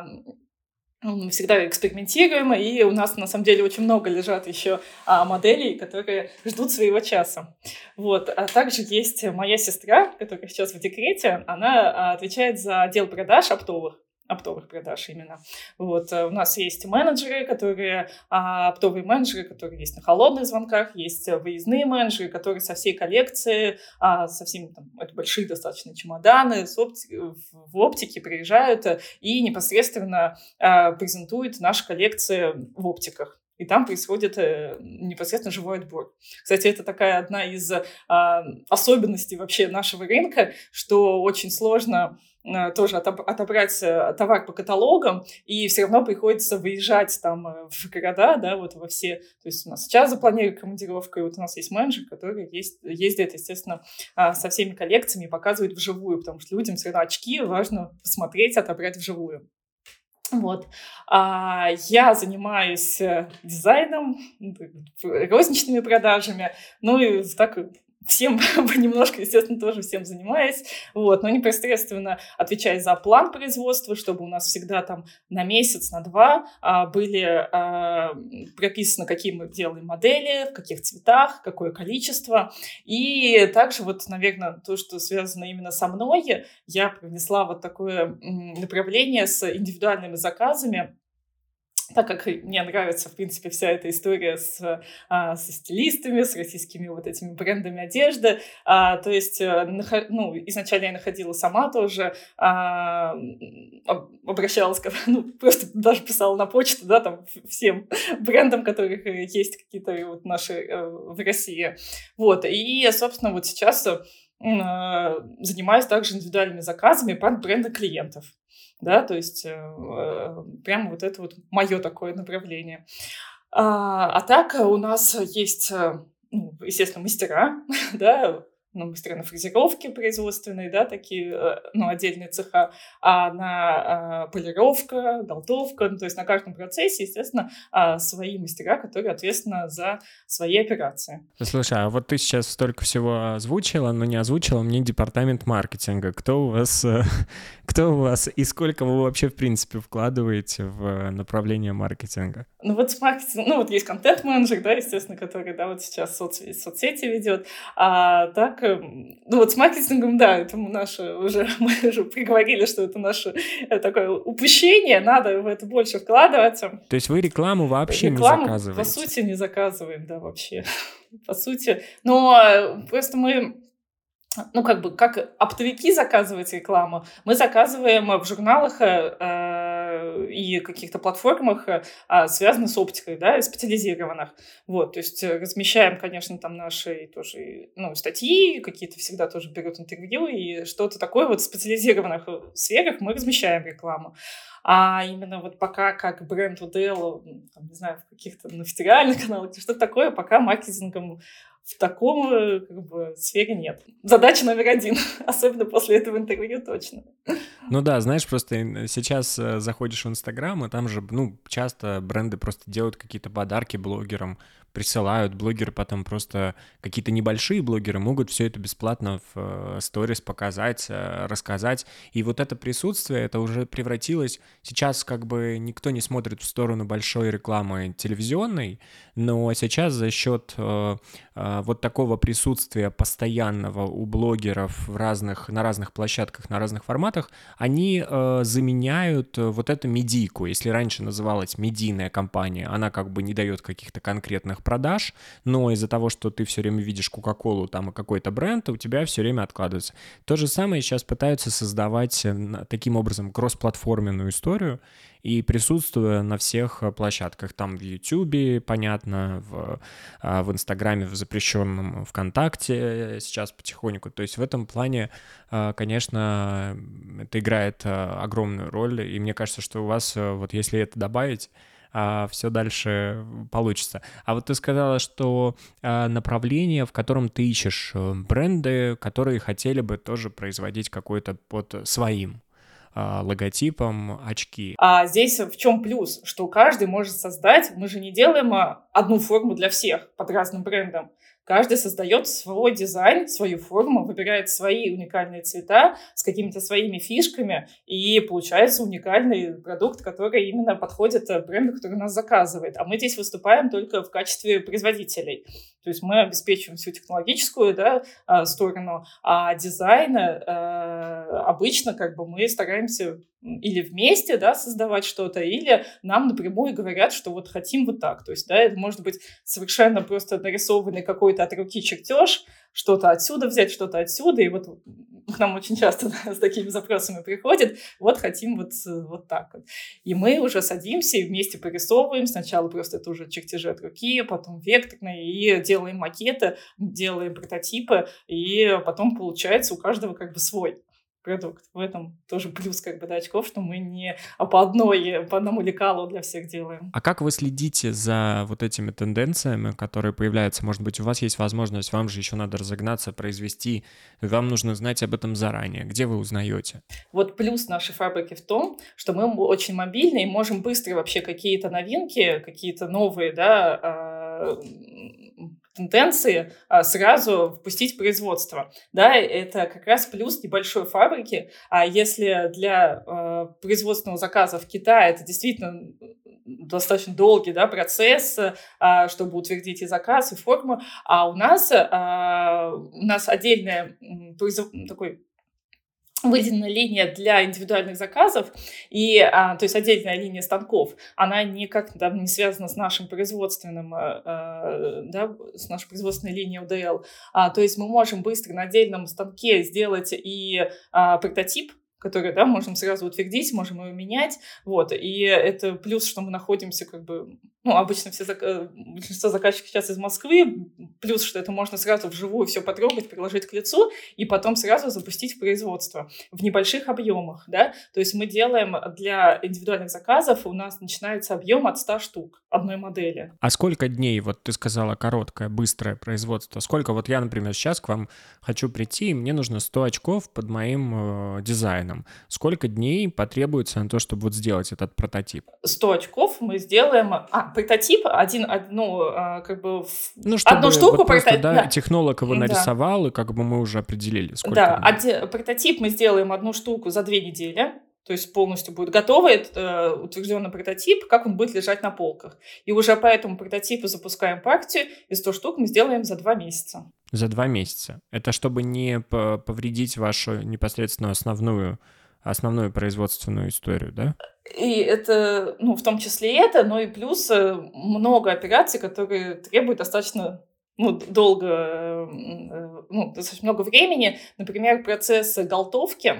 S2: мы всегда экспериментируем, и у нас, на самом деле, очень много лежат еще а, моделей, которые ждут своего часа. Вот. А также есть моя сестра, которая сейчас в декрете, она а, отвечает за отдел продаж оптовых. оптовых продаж именно. Вот. У нас есть менеджеры, которые, а, оптовые менеджеры, которые есть на холодных звонках, есть выездные менеджеры, которые со всей коллекции, а, со всеми, там, это большие достаточно чемоданы, с опти- в оптике приезжают и непосредственно а, презентуют наши коллекции в оптиках. И там происходит э, непосредственно живой отбор. Кстати, это такая одна из э, особенностей вообще нашего рынка, что очень сложно э, тоже отоб- отобрать э, товар по каталогам, и все равно приходится выезжать там э, в города, да, вот во все. То есть у нас сейчас запланирована командировка, и вот у нас есть менеджер, который есть, ездит, естественно, э, со всеми коллекциями, показывает вживую, потому что людям все равно очки важно посмотреть, отобрать вживую. Вот. А, я занимаюсь дизайном, розничными продажами, ну и так всем понемножку, естественно, тоже всем занимаюсь, вот, но непосредственно отвечаю за план производства, чтобы у нас всегда там на месяц, на два а, были а, прописаны, какие мы делаем модели, в каких цветах, какое количество, и также вот, наверное, то, что связано именно со мной, я привнесла вот такое направление с индивидуальными заказами, так как мне нравится, в принципе, вся эта история с, а, со стилистами, с российскими вот этими брендами одежды. А, то есть, ну, изначально я находила сама тоже, а, обращалась, ну, просто даже писала на почту, да, там, всем брендам, которых есть какие-то вот наши в России. Вот, и, собственно, вот сейчас занимаюсь также индивидуальными заказами под бренды клиентов. Да, то есть э, прямо вот это вот мое такое направление. А, а так у нас есть, ну, естественно, мастера, да, ну, мастера на фрезеровке производственные, да, такие, ну, отдельные цеха, а на а, полировка, долтовка, ну, то есть на каждом процессе, естественно, а, свои мастера, которые ответственны за свои операции.
S1: Слушай, а вот ты сейчас столько всего озвучила, но не озвучила мне департамент маркетинга. Кто у вас, кто у вас и сколько вы вообще, в принципе, вкладываете в направление маркетинга?
S2: Ну вот с маркетингом, ну вот есть контент-менеджер, да, естественно, который, да, вот сейчас соцсети, соцсети ведет, а так, ну вот с маркетингом, да, это наше уже, мы уже приговорили, что это наше такое упущение, надо в это больше вкладываться.
S1: То есть вы рекламу вообще
S2: рекламу,
S1: не заказываете?
S2: По сути, не заказываем, да, вообще, по сути, но просто мы... Ну, как бы, как оптовики заказывают рекламу, мы заказываем в журналах э, и каких-то платформах, э, связанных с оптикой, да, специализированных. Вот, то есть размещаем, конечно, там наши тоже, ну, статьи, какие-то всегда тоже берут интервью, и что-то такое вот в специализированных сферах мы размещаем рекламу. А именно вот пока как бренд о дэ эл, там, не знаю, в каких-то на федеральных каналах, что-то такое, пока маркетингом в таком, как бы, сфере нет. Задача номер один, особенно после этого интервью, точно.
S1: Ну да, знаешь, просто сейчас заходишь в Инстаграм, и там же, ну, часто бренды просто делают какие-то подарки блогерам, присылают, блогеры потом просто, какие-то небольшие блогеры могут все это бесплатно в сторис показать, рассказать, и вот это присутствие, это уже превратилось, сейчас как бы никто не смотрит в сторону большой рекламы телевизионной, но сейчас за счет э, э, вот такого присутствия постоянного у блогеров в разных, на разных площадках, на разных форматах, они э, заменяют вот эту медийку. Если раньше называлась медийная компания, она как бы не дает каких-то конкретных продаж, но из-за того, что ты все время видишь Кока-Колу там и какой-то бренд, у тебя все время откладывается. То же самое сейчас пытаются создавать таким образом кроссплатформенную историю, и присутствуя на всех площадках, там в Ютубе, понятно, в, в Инстаграме, в запрещенном ВКонтакте сейчас потихоньку. То есть в этом плане, конечно, это играет огромную роль, и мне кажется, что у вас, вот если это добавить, все дальше получится. А вот ты сказала, что направление, в котором ты ищешь бренды, которые хотели бы тоже производить какой-то под своим логотипом очки.
S2: А здесь в чем плюс? Что каждый может создать, мы же не делаем одну форму для всех под разным брендом. Каждый создает свой дизайн, свою форму, выбирает свои уникальные цвета с какими-то своими фишками, и получается уникальный продукт, который именно подходит бренду, который нас заказывает. А мы здесь выступаем только в качестве производителей. То есть мы обеспечиваем всю технологическую, да, сторону, а дизайн обычно как бы мы стараемся или вместе, да, создавать что-то, или нам напрямую говорят, что вот хотим вот так. То есть, да, это может быть совершенно просто нарисованный какой-то от руки чертеж, что-то отсюда взять, что-то отсюда, и вот к нам очень часто с такими запросами приходят, вот хотим вот, вот так вот. И мы уже садимся и вместе порисовываем, сначала просто это уже чертежи от руки, потом векторные, и делаем макеты, делаем прототипы, и потом получается у каждого как бы свой продукт. В этом тоже плюс как бы, да, очков, что мы не по одной, по одному лекалу для всех делаем.
S1: А как вы следите за вот этими тенденциями, которые появляются? Может быть, у вас есть возможность, вам же еще надо разогнаться, произвести, вам нужно знать об этом заранее. Где вы узнаете?
S2: Вот плюс нашей фабрики в том, что мы очень мобильны и можем быстро вообще какие-то новинки, какие-то новые, да, тенденции а, сразу впустить в производство. Да, это как раз плюс небольшой фабрики. А если для а, производственного заказа в Китае это действительно достаточно долгий, да, процесс, а, чтобы утвердить и заказ, и форму, а у нас, а, у нас отдельная производ... такой выделена линия для индивидуальных заказов, и, а, то есть отдельная линия станков, она никак там не связана с нашим производственным, а, да, с нашей производственной линией о дэ эл. А, то есть мы можем быстро на отдельном станке сделать и а, прототип, который, да, можем сразу утвердить, можем его менять, вот, и это плюс, что мы находимся, как бы, ну, обычно все зак... большинство заказчиков сейчас из Москвы, плюс, что это можно сразу вживую все потрогать, приложить к лицу, и потом сразу запустить в производство в небольших объемах, да, то есть мы делаем для индивидуальных заказов, у нас начинается объем от ста штук одной модели.
S1: А сколько дней, вот ты сказала, короткое, быстрое производство, сколько, вот я, например, сейчас к вам хочу прийти, и мне нужно сто очков под моим э, дизайном, сколько дней потребуется на то, чтобы вот сделать этот прототип?
S2: сто очков мы сделаем, а, прототип, один, одну, а, как бы,
S1: ну, чтобы
S2: одну штуку.
S1: Вот просто,
S2: прото...
S1: да,
S2: да.
S1: технолог его нарисовал, да. И как бы мы уже определили, сколько
S2: Да,
S1: дней.
S2: Од... прототип мы сделаем одну штуку за две недели, то есть полностью будет готовый э, утвержденный прототип, как он будет лежать на полках. И уже по этому прототипу запускаем партию, и сто штук мы сделаем за два месяца.
S1: За два месяца. Это чтобы не повредить вашу непосредственно основную основную производственную историю, да?
S2: И это, ну, в том числе и это, но и плюс много операций, которые требуют достаточно, ну, долго, ну, достаточно много времени. Например, процесс галтовки.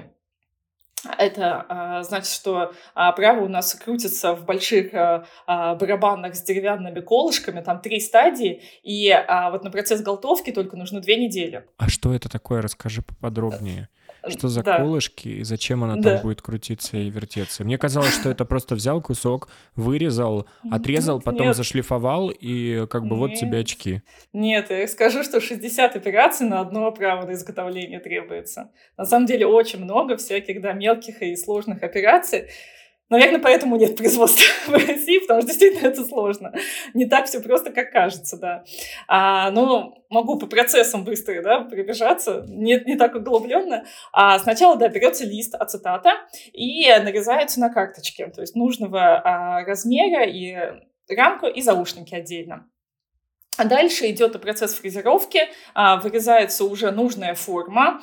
S2: Это а, значит, что а, оправа у нас крутится в больших а, а, барабанах с деревянными колышками, там три стадии, и а, вот на процесс галтовки только нужно две недели.
S1: А что это такое? Расскажи поподробнее. Что за
S2: да.
S1: колышки и зачем она
S2: да.
S1: там будет крутиться и вертеться? Мне казалось, что это просто взял кусок, вырезал, отрезал, потом
S2: Нет.
S1: зашлифовал, и как бы Нет. вот тебе очки.
S2: Нет, я скажу, что шестьдесят операций на одно оправу на изготовление требуется. На самом деле очень много всяких, да, мелких и сложных операций. Наверное, поэтому нет производства в России, потому что действительно это сложно. Не так все просто, как кажется, да. А, но могу по процессам быстро, да, пробежаться, не, не так углубленно. А сначала, да, берется лист ацетата и нарезается на карточке, то есть нужного а, размера и рамку, и заушники отдельно. А дальше идет процесс фрезеровки, вырезается уже нужная форма,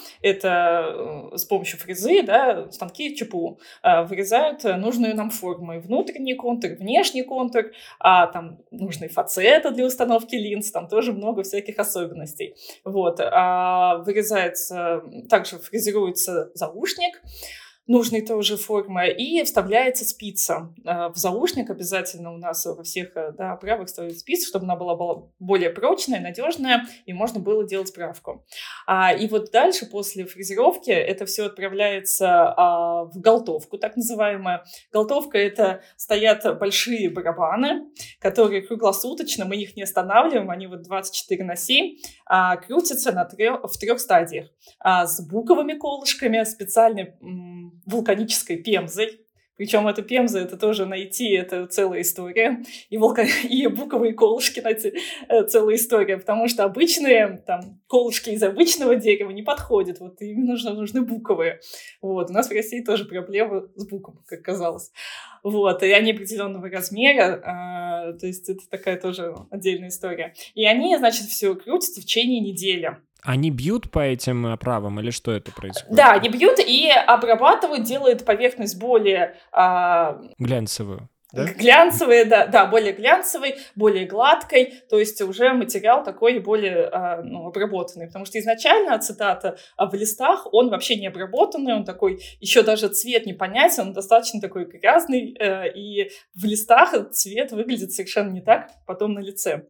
S2: это с помощью фрезы, да, станки ЧПУ вырезают нужную нам форму, и внутренний контур, внешний контур, а там нужные фацеты для установки линз, там тоже много всяких особенностей. Вот, вырезается, также фрезеруется заушник, нужной тоже формы, и вставляется спица. В заушник обязательно у нас во всех, да, оправах ставят спицу, чтобы она была, была более прочная, надежная, и можно было делать правку. И вот дальше, после фрезеровки, это все отправляется в галтовку, так называемую. Галтовка — это стоят большие барабаны, которые круглосуточно, мы их не останавливаем, они вот двадцать четыре на семь, крутятся на трех, в трех стадиях. С буковыми колышками, специальной вулканической пемзой. Причем эта пемза, это тоже найти, это целая история. И, вулкан... и буковые колышки найти, целая история. Потому что обычные там, колышки из обычного дерева не подходят. Вот именно нужны, нужны буковые. Вот. У нас в России тоже проблема с буком, как казалось. Вот. И они определенного размера. А, то есть это такая тоже отдельная история. И они, значит, все крутятся в течение недели.
S1: Они бьют по этим оправам или что это происходит?
S2: Да, они бьют и обрабатывают, делают поверхность более... А...
S1: глянцевую. Да?
S2: Глянцевой, да, да, более глянцевой, более гладкой, то есть уже материал такой более а, ну, обработанный, потому что изначально ацетат в листах, он вообще не обработанный, он такой, еще даже цвет непонятен, он достаточно такой грязный, э, и в листах цвет выглядит совершенно не так потом на лице.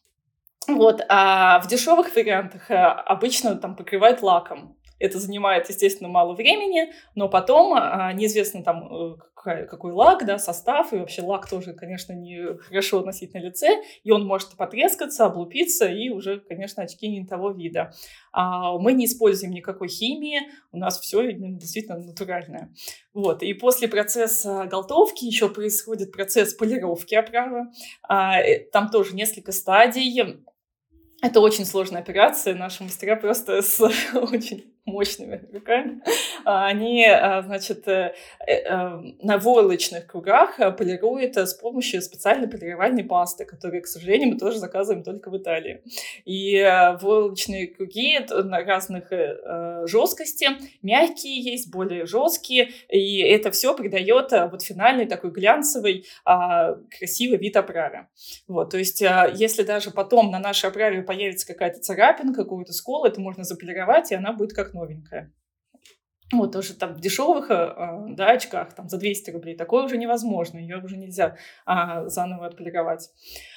S2: Вот, а в дешевых вариантах обычно там покрывают лаком. Это занимает, естественно, мало времени, но потом а, неизвестно там какой, какой лак, да, состав, и вообще лак тоже, конечно, не хорошо носить на лице, и он может потрескаться, облупиться, и уже, конечно, очки не того вида. А мы не используем никакой химии, у нас все действительно натуральное. Вот, и после процесса галтовки еще происходит процесс полировки оправы. А, там тоже несколько стадий. Это очень сложная операция. Наши мастера просто с очень мощными руками. А, Они, а, значит, э, э, на войлочных кругах э, полируют э, с помощью специальной полировальной пасты, которую, к сожалению, мы тоже заказываем только в Италии. И э, войлочные круги т- на разных э, э, жесткости, мягкие есть, более жесткие, и это все придает э, вот финальный такой глянцевый, а, красивый вид оправы. Вот, то есть, а, если даже потом на нашей оправе появится какая-то царапинка, какой-то скол, это можно заполировать, и она будет как новенькая. Вот, тоже там в дешевых, а, а, да, очках, там за двести рублей, такое уже невозможно, ее уже нельзя а, заново отполировать.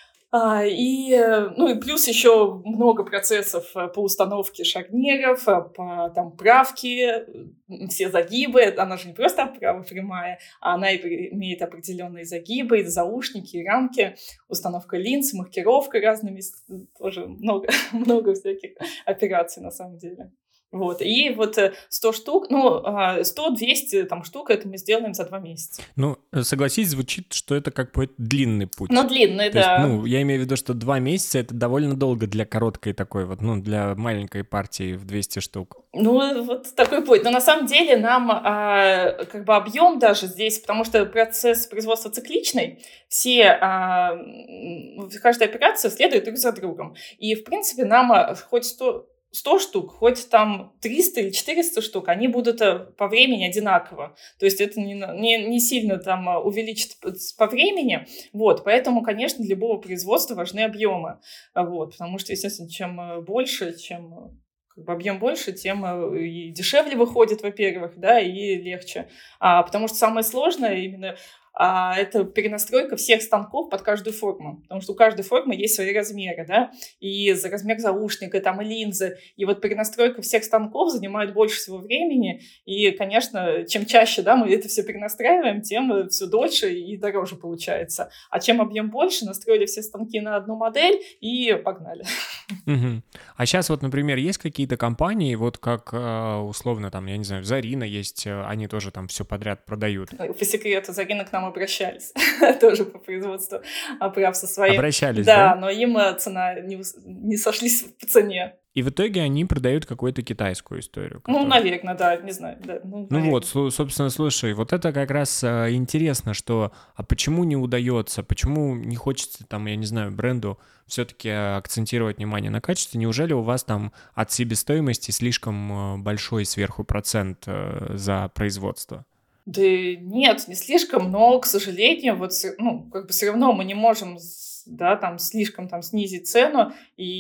S2: А, и, э, ну и плюс еще много процессов э, по установке шарниров, э, по там правке, э, все загибы. Она же не просто оправа прямая, а она и при- имеет определенные загибы, и заушники, и рамки, установка линз, маркировка разными, с- тоже много, много всяких операций на самом деле. Вот, и вот э, сто штук, ну, а, сто-двести там штук, это мы сделаем за два месяца.
S1: Ну, э, согласись, звучит, что это как бы длинный путь.
S2: Но длинный,
S1: То есть,
S2: да.
S1: ну, я имею в виду, что два месяца — это довольно долго для короткой такой вот, ну, для маленькой партии в двести штук.
S2: Ну, вот такой путь. Но на самом деле нам а, как бы объем даже здесь, потому что процесс производства цикличный, все, а, м, каждая операция следует друг за другом. И, в принципе, нам а, хоть сто, сто штук, хоть там триста или четыреста штук, они будут а, по времени одинаково. То есть это не, на- не, не сильно там а, увеличит п- с- по времени. Вот, поэтому, конечно, для любого производства важны объемы. А, Вот, потому что, естественно, чем э, больше, чем э, как бы объем больше, тем э, и дешевле выходит, во-первых, да, и легче. А, потому что самое сложное именно а, это перенастройка всех станков под каждую форму. Потому что у каждой формы есть свои размеры, да, и за размер заушника, там, и линзы. И вот перенастройка всех станков занимает больше всего времени. И, конечно, чем чаще, да, мы это все перенастраиваем, тем все дольше и дороже получается. А чем объем больше, настроили все станки на одну модель и погнали.
S1: Мгм. А сейчас вот, например, есть какие-то компании, вот как э, условно там, я не знаю, Зарина есть, э, они тоже там все подряд продают.
S2: Ну, по секрету, Зарина к нам обращались тоже по производству оправ со своим.
S1: Обращались,
S2: Да,
S1: да?
S2: но им э, цена не, выс- не сошлись по цене.
S1: И в итоге они продают какую-то китайскую историю,
S2: Ну,
S1: которую...
S2: наверное, да, не знаю. Да, ну,
S1: Ну вот,
S2: наверное.
S1: слу- собственно, слушай, вот это как раз э, интересно, что, а почему не удается, почему не хочется там, я не знаю, бренду все-таки акцентировать внимание на качестве? Неужели у вас там от себестоимости слишком э, большой сверху процент э, за производство?
S2: Да нет, не слишком, но, к сожалению, вот, с- ну, как бы все равно мы не можем, с- да, там, слишком там снизить цену,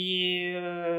S2: и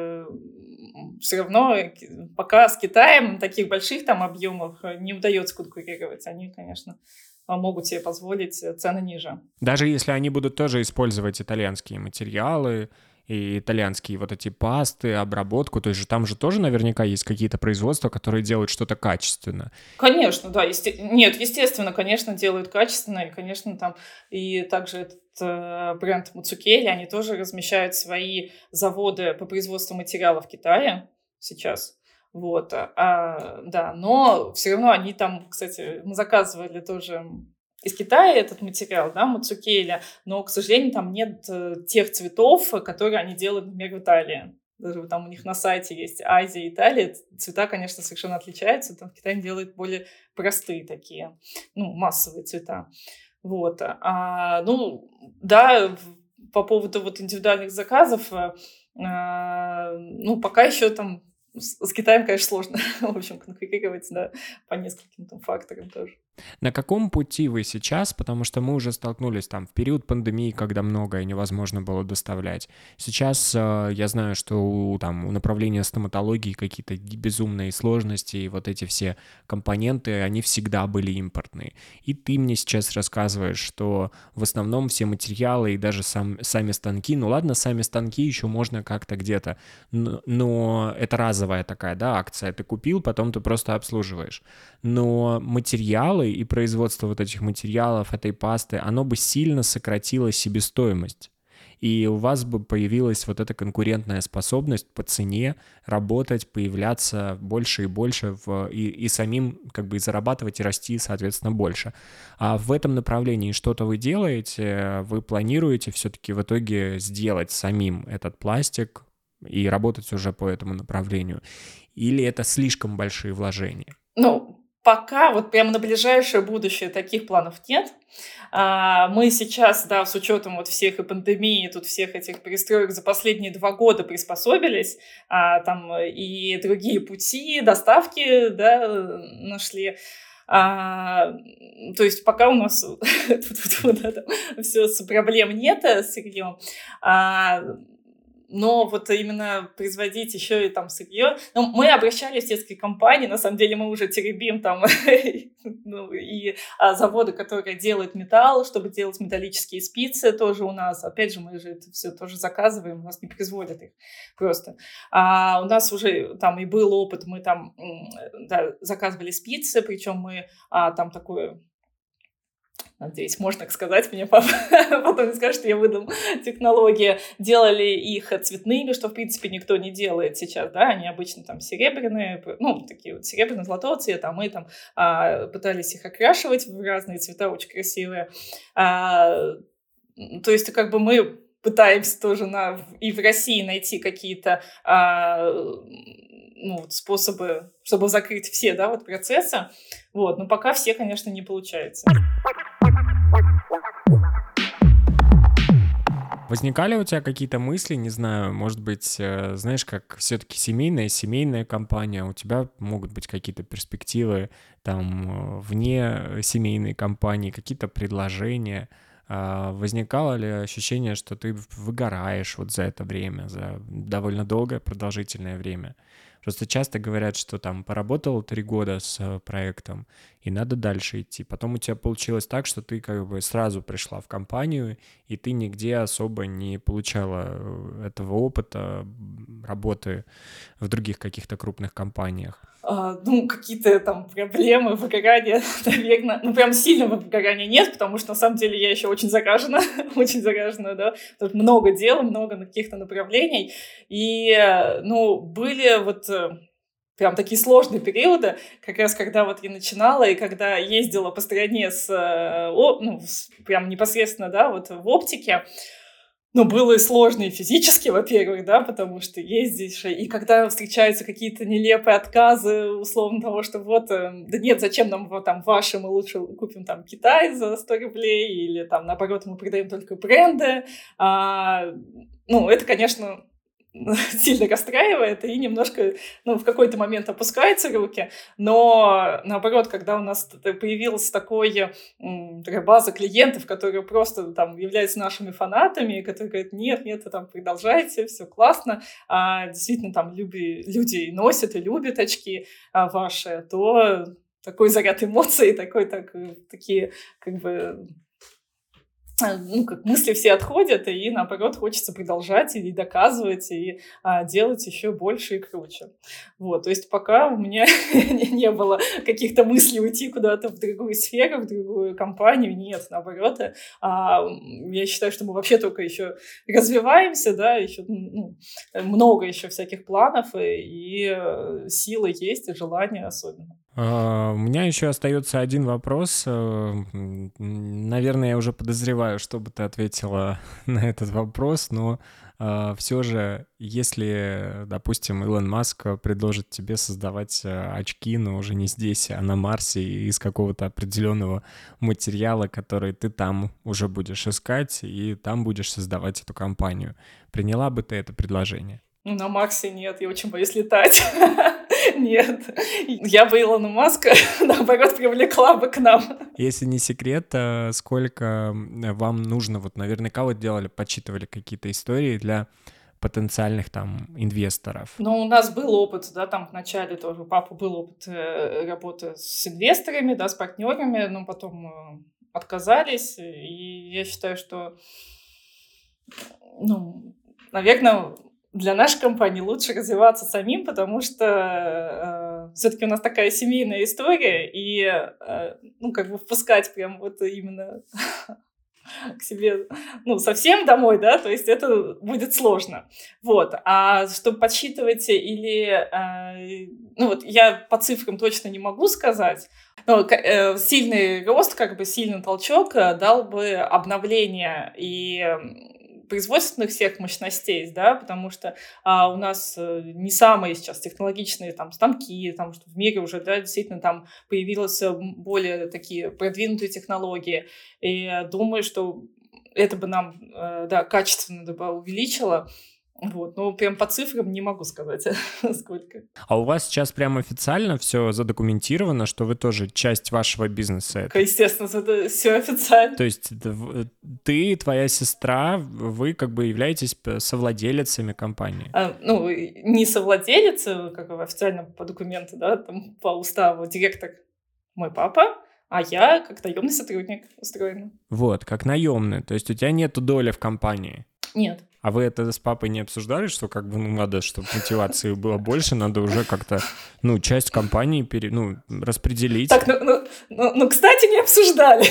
S2: все равно э, ки- пока с Китаем таких больших там объемов э, не удается конкурировать. Они, конечно, а, могут себе позволить э, цены ниже.
S1: Даже если они будут тоже использовать итальянские материалы и итальянские вот эти пасты, обработку, то есть же там же тоже наверняка есть какие-то производства, которые делают что-то качественно.
S2: Конечно, да, есте- нет, естественно, конечно, делают качественно, и, конечно, там и также этот э, бренд Муцукели, они тоже размещают свои заводы по производству материала в Китае сейчас. Вот, а, а, да, но все равно они там, кстати, мы заказывали тоже из Китая этот материал, да, Муцукели, но, к сожалению, там нет э, тех цветов, которые они делают, например, в Италии. Даже вот там у них на сайте есть Азия, Италия. Цвета, конечно, совершенно отличаются. Там в Китае они делают более простые такие, ну, массовые цвета. Вот. А, ну, да, в- по поводу вот индивидуальных заказов, э, а, ну, пока еще там с, с Китаем, конечно, сложно, в общем, конкурировать, да, по нескольким там факторам тоже.
S1: На каком пути вы сейчас? Потому что мы уже столкнулись там в период пандемии, когда многое невозможно было доставлять. Сейчас э, я знаю, что у, там, у направления стоматологии какие-то ди- безумные сложности, и вот эти все компоненты, они всегда были импортные. И ты мне сейчас рассказываешь, что в основном все материалы и даже сам, сами станки, ну ладно, сами станки еще можно как-то где-то, но, но это разовая такая, да, акция. Ты купил, потом ты просто обслуживаешь. Но материалы и производство вот этих материалов, этой пасты, оно бы сильно сократило себестоимость. И у вас бы появилась вот эта конкурентная способность по цене работать, появляться больше и больше, в, и, и самим как бы и зарабатывать, и расти, соответственно, больше. А в этом направлении что-то вы делаете, вы планируете все-таки в итоге сделать самим этот пластик, и работать уже по этому направлению? Или это слишком большие вложения?
S2: Ну, пока вот прямо на ближайшее будущее таких планов нет. А, мы сейчас, да, с учетом вот всех и пандемии, тут всех этих перестроек за последние два года приспособились, а, там и другие пути доставки, да, нашли. А, то есть пока у нас все с проблем нет с сырьем. А, но вот именно производить еще и там сырье. Ну, мы обращались в детские компании, на самом деле мы уже теребим там ну, и а, заводы, которые делают металл, чтобы делать металлические спицы тоже у нас. Опять же, мы же это все тоже заказываем, у нас не производят их просто. А у нас уже там и был опыт, мы там да, заказывали спицы, причем мы а, там такое... Надеюсь, можно так сказать, мне папа потом не скажет, что я выдам технологии. Делали их цветными, что, в принципе, никто не делает сейчас, да, они обычно там серебряные, ну, такие вот серебряно-золотого цвета, а мы там а, пытались их окрашивать в разные цвета, очень красивые. А, то есть, как бы мы пытаемся тоже на, и в России найти какие-то а, ну, вот способы, чтобы закрыть все, да, вот процессы, вот, но пока все, конечно, не получается.
S1: Возникали у тебя какие-то мысли, не знаю, может быть, знаешь, как все-таки семейная, семейная компания, у тебя могут быть какие-то перспективы там вне семейной компании, какие-то предложения. Возникало ли ощущение, что ты выгораешь вот за это время, за довольно долгое продолжительное время? Просто часто говорят, что там поработал три года с проектом, и надо дальше идти. Потом у тебя получилось так, что ты как бы сразу пришла в компанию, и ты нигде особо не получала этого опыта работы в других каких-то крупных компаниях.
S2: А, ну, какие-то там проблемы, выгорания, наверное. Ну, прям сильного выгорания нет, потому что, на самом деле, я еще очень загажена, очень загажена, да. Тут много дел, много каких-то направлений. И, ну, были вот прям такие сложные периоды, как раз когда вот я начинала, и когда ездила по стране с, ну, с, прям непосредственно, да, вот в оптике. Ну, было и сложно и физически, во-первых, да, потому что ездишь, и когда встречаются какие-то нелепые отказы, условно того, что вот, да нет, зачем нам вот там ваши, мы лучше купим там Китай за сто рублей, или там, наоборот, мы продаем только бренды. А, ну, это, конечно, сильно расстраивает и немножко, ну, в какой-то момент опускаются руки, но наоборот, когда у нас появилась такой, такая база клиентов, которые просто там являются нашими фанатами, которые говорят, нет, нет, там продолжайте, все классно, а действительно там люди, люди носят и любят очки ваши, то такой заряд эмоций, такой, так, такие как бы... ну, как мысли все отходят, и, наоборот, хочется продолжать и доказывать, и а, делать еще больше и круче. Вот, то есть пока у меня не было каких-то мыслей уйти куда-то в другую сферу, в другую компанию, нет, наоборот. А, я считаю, что мы вообще только еще развиваемся, да, еще ну, много еще всяких планов, и, и силы есть, и желание особенно.
S1: Uh, у меня еще остается один вопрос. Uh, наверное, я уже подозреваю, что бы ты ответила на этот вопрос, но uh, все же, если, допустим, Илон Маск предложит тебе создавать uh, очки, но уже не здесь, а на Марсе, из какого-то определенного материала, который ты там уже будешь искать, и там будешь создавать эту компанию, приняла бы ты это предложение?
S2: На Марсе нет, я очень боюсь летать. Нет, я бы Илона Маска, наоборот, привлекла бы к нам.
S1: Если не секрет, сколько вам нужно, вот наверняка вот делали, подсчитывали какие-то истории для потенциальных там инвесторов?
S2: Ну, у нас был опыт, да, там в начале тоже у папы был опыт э, работы с инвесторами, да, с партнерами, но потом э, отказались, и я считаю, что, ну, наверное, для нашей компании лучше развиваться самим, потому что э, все-таки у нас такая семейная история, и э, ну, как бы впускать прям вот именно к себе, ну, совсем домой, да, то есть это будет сложно. Вот. А чтобы подсчитывать или... Э, ну, вот я по цифрам точно не могу сказать, но э, сильный рост, как бы сильный толчок дал бы обновление и производственных всех мощностей, да, потому что а, у нас не самые сейчас технологичные там станки, там, что в мире уже, да, действительно там появились более такие продвинутые технологии. И думаю, что это бы нам, да, качественно бы увеличило. Вот, но прям по цифрам не могу сказать, сколько.
S1: А у вас сейчас прям официально все задокументировано, что вы тоже часть вашего бизнеса? Это?
S2: Естественно, это все официально.
S1: То есть ты, твоя сестра, вы как бы являетесь совладелицами компании?
S2: А, ну, не совладелица, как бы официально по документу, да, там по уставу директор мой папа, а я как наемный сотрудник устроена.
S1: Вот, как наемный. То есть у тебя нету доли в компании?
S2: Нет.
S1: А вы это с папой не обсуждали, что как бы, ну, надо, чтобы мотивации было больше, надо уже как-то, ну, часть компании пере, ну, распределить?
S2: Так, ну, ну, ну, ну кстати, не обсуждали.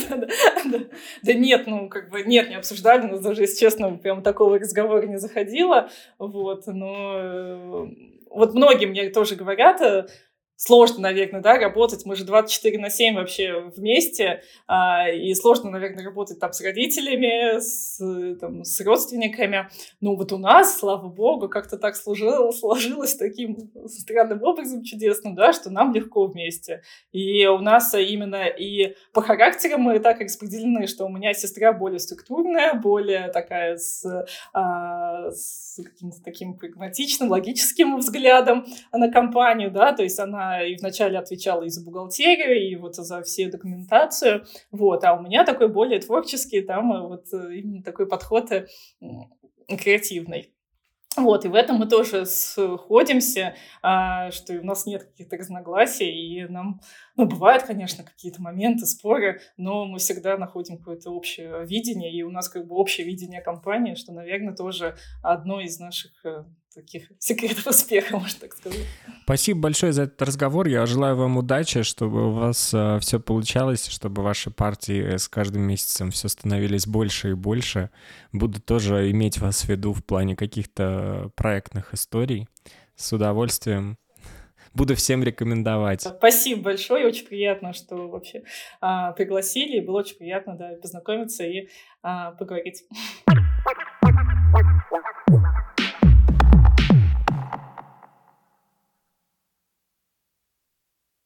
S2: Да нет, ну, как бы, нет, не обсуждали, но даже, если честно, прям такого разговора не заходило, вот, но вот многие мне тоже говорят, сложно, наверное, да, работать. Мы же двадцать четыре на семь вообще вместе, а, и сложно, наверное, работать там с родителями, с, там, с родственниками. Ну, вот у нас, слава богу, как-то так сложилось, сложилось таким странным образом чудесным, да, что нам легко вместе. И у нас именно и по характерам мы так распределены, что у меня сестра более структурная, более такая с, а, с каким-то таким прагматичным, логическим взглядом на компанию, да, то есть она и вначале отвечала и за бухгалтерию, и вот за всю документацию, вот, а у меня такой более творческий, там вот именно такой подход креативный. Вот, и в этом мы тоже сходимся, а, что у нас нет каких-то разногласий, и нам, ну, бывают, конечно, какие-то моменты, споры, но мы всегда находим какое-то общее видение, и у нас как бы общее видение компании, что, наверное, тоже одно из наших таких секретов успеха, можно так сказать.
S1: Спасибо большое за этот разговор. Я желаю вам удачи, чтобы у вас э, все получалось, чтобы ваши партии с каждым месяцем все становились больше и больше. Буду тоже иметь вас в виду в плане каких-то проектных историй. С удовольствием. Буду всем рекомендовать.
S2: Спасибо большое. Очень приятно, что вообще а, пригласили. И было очень приятно, да, познакомиться и а, поговорить.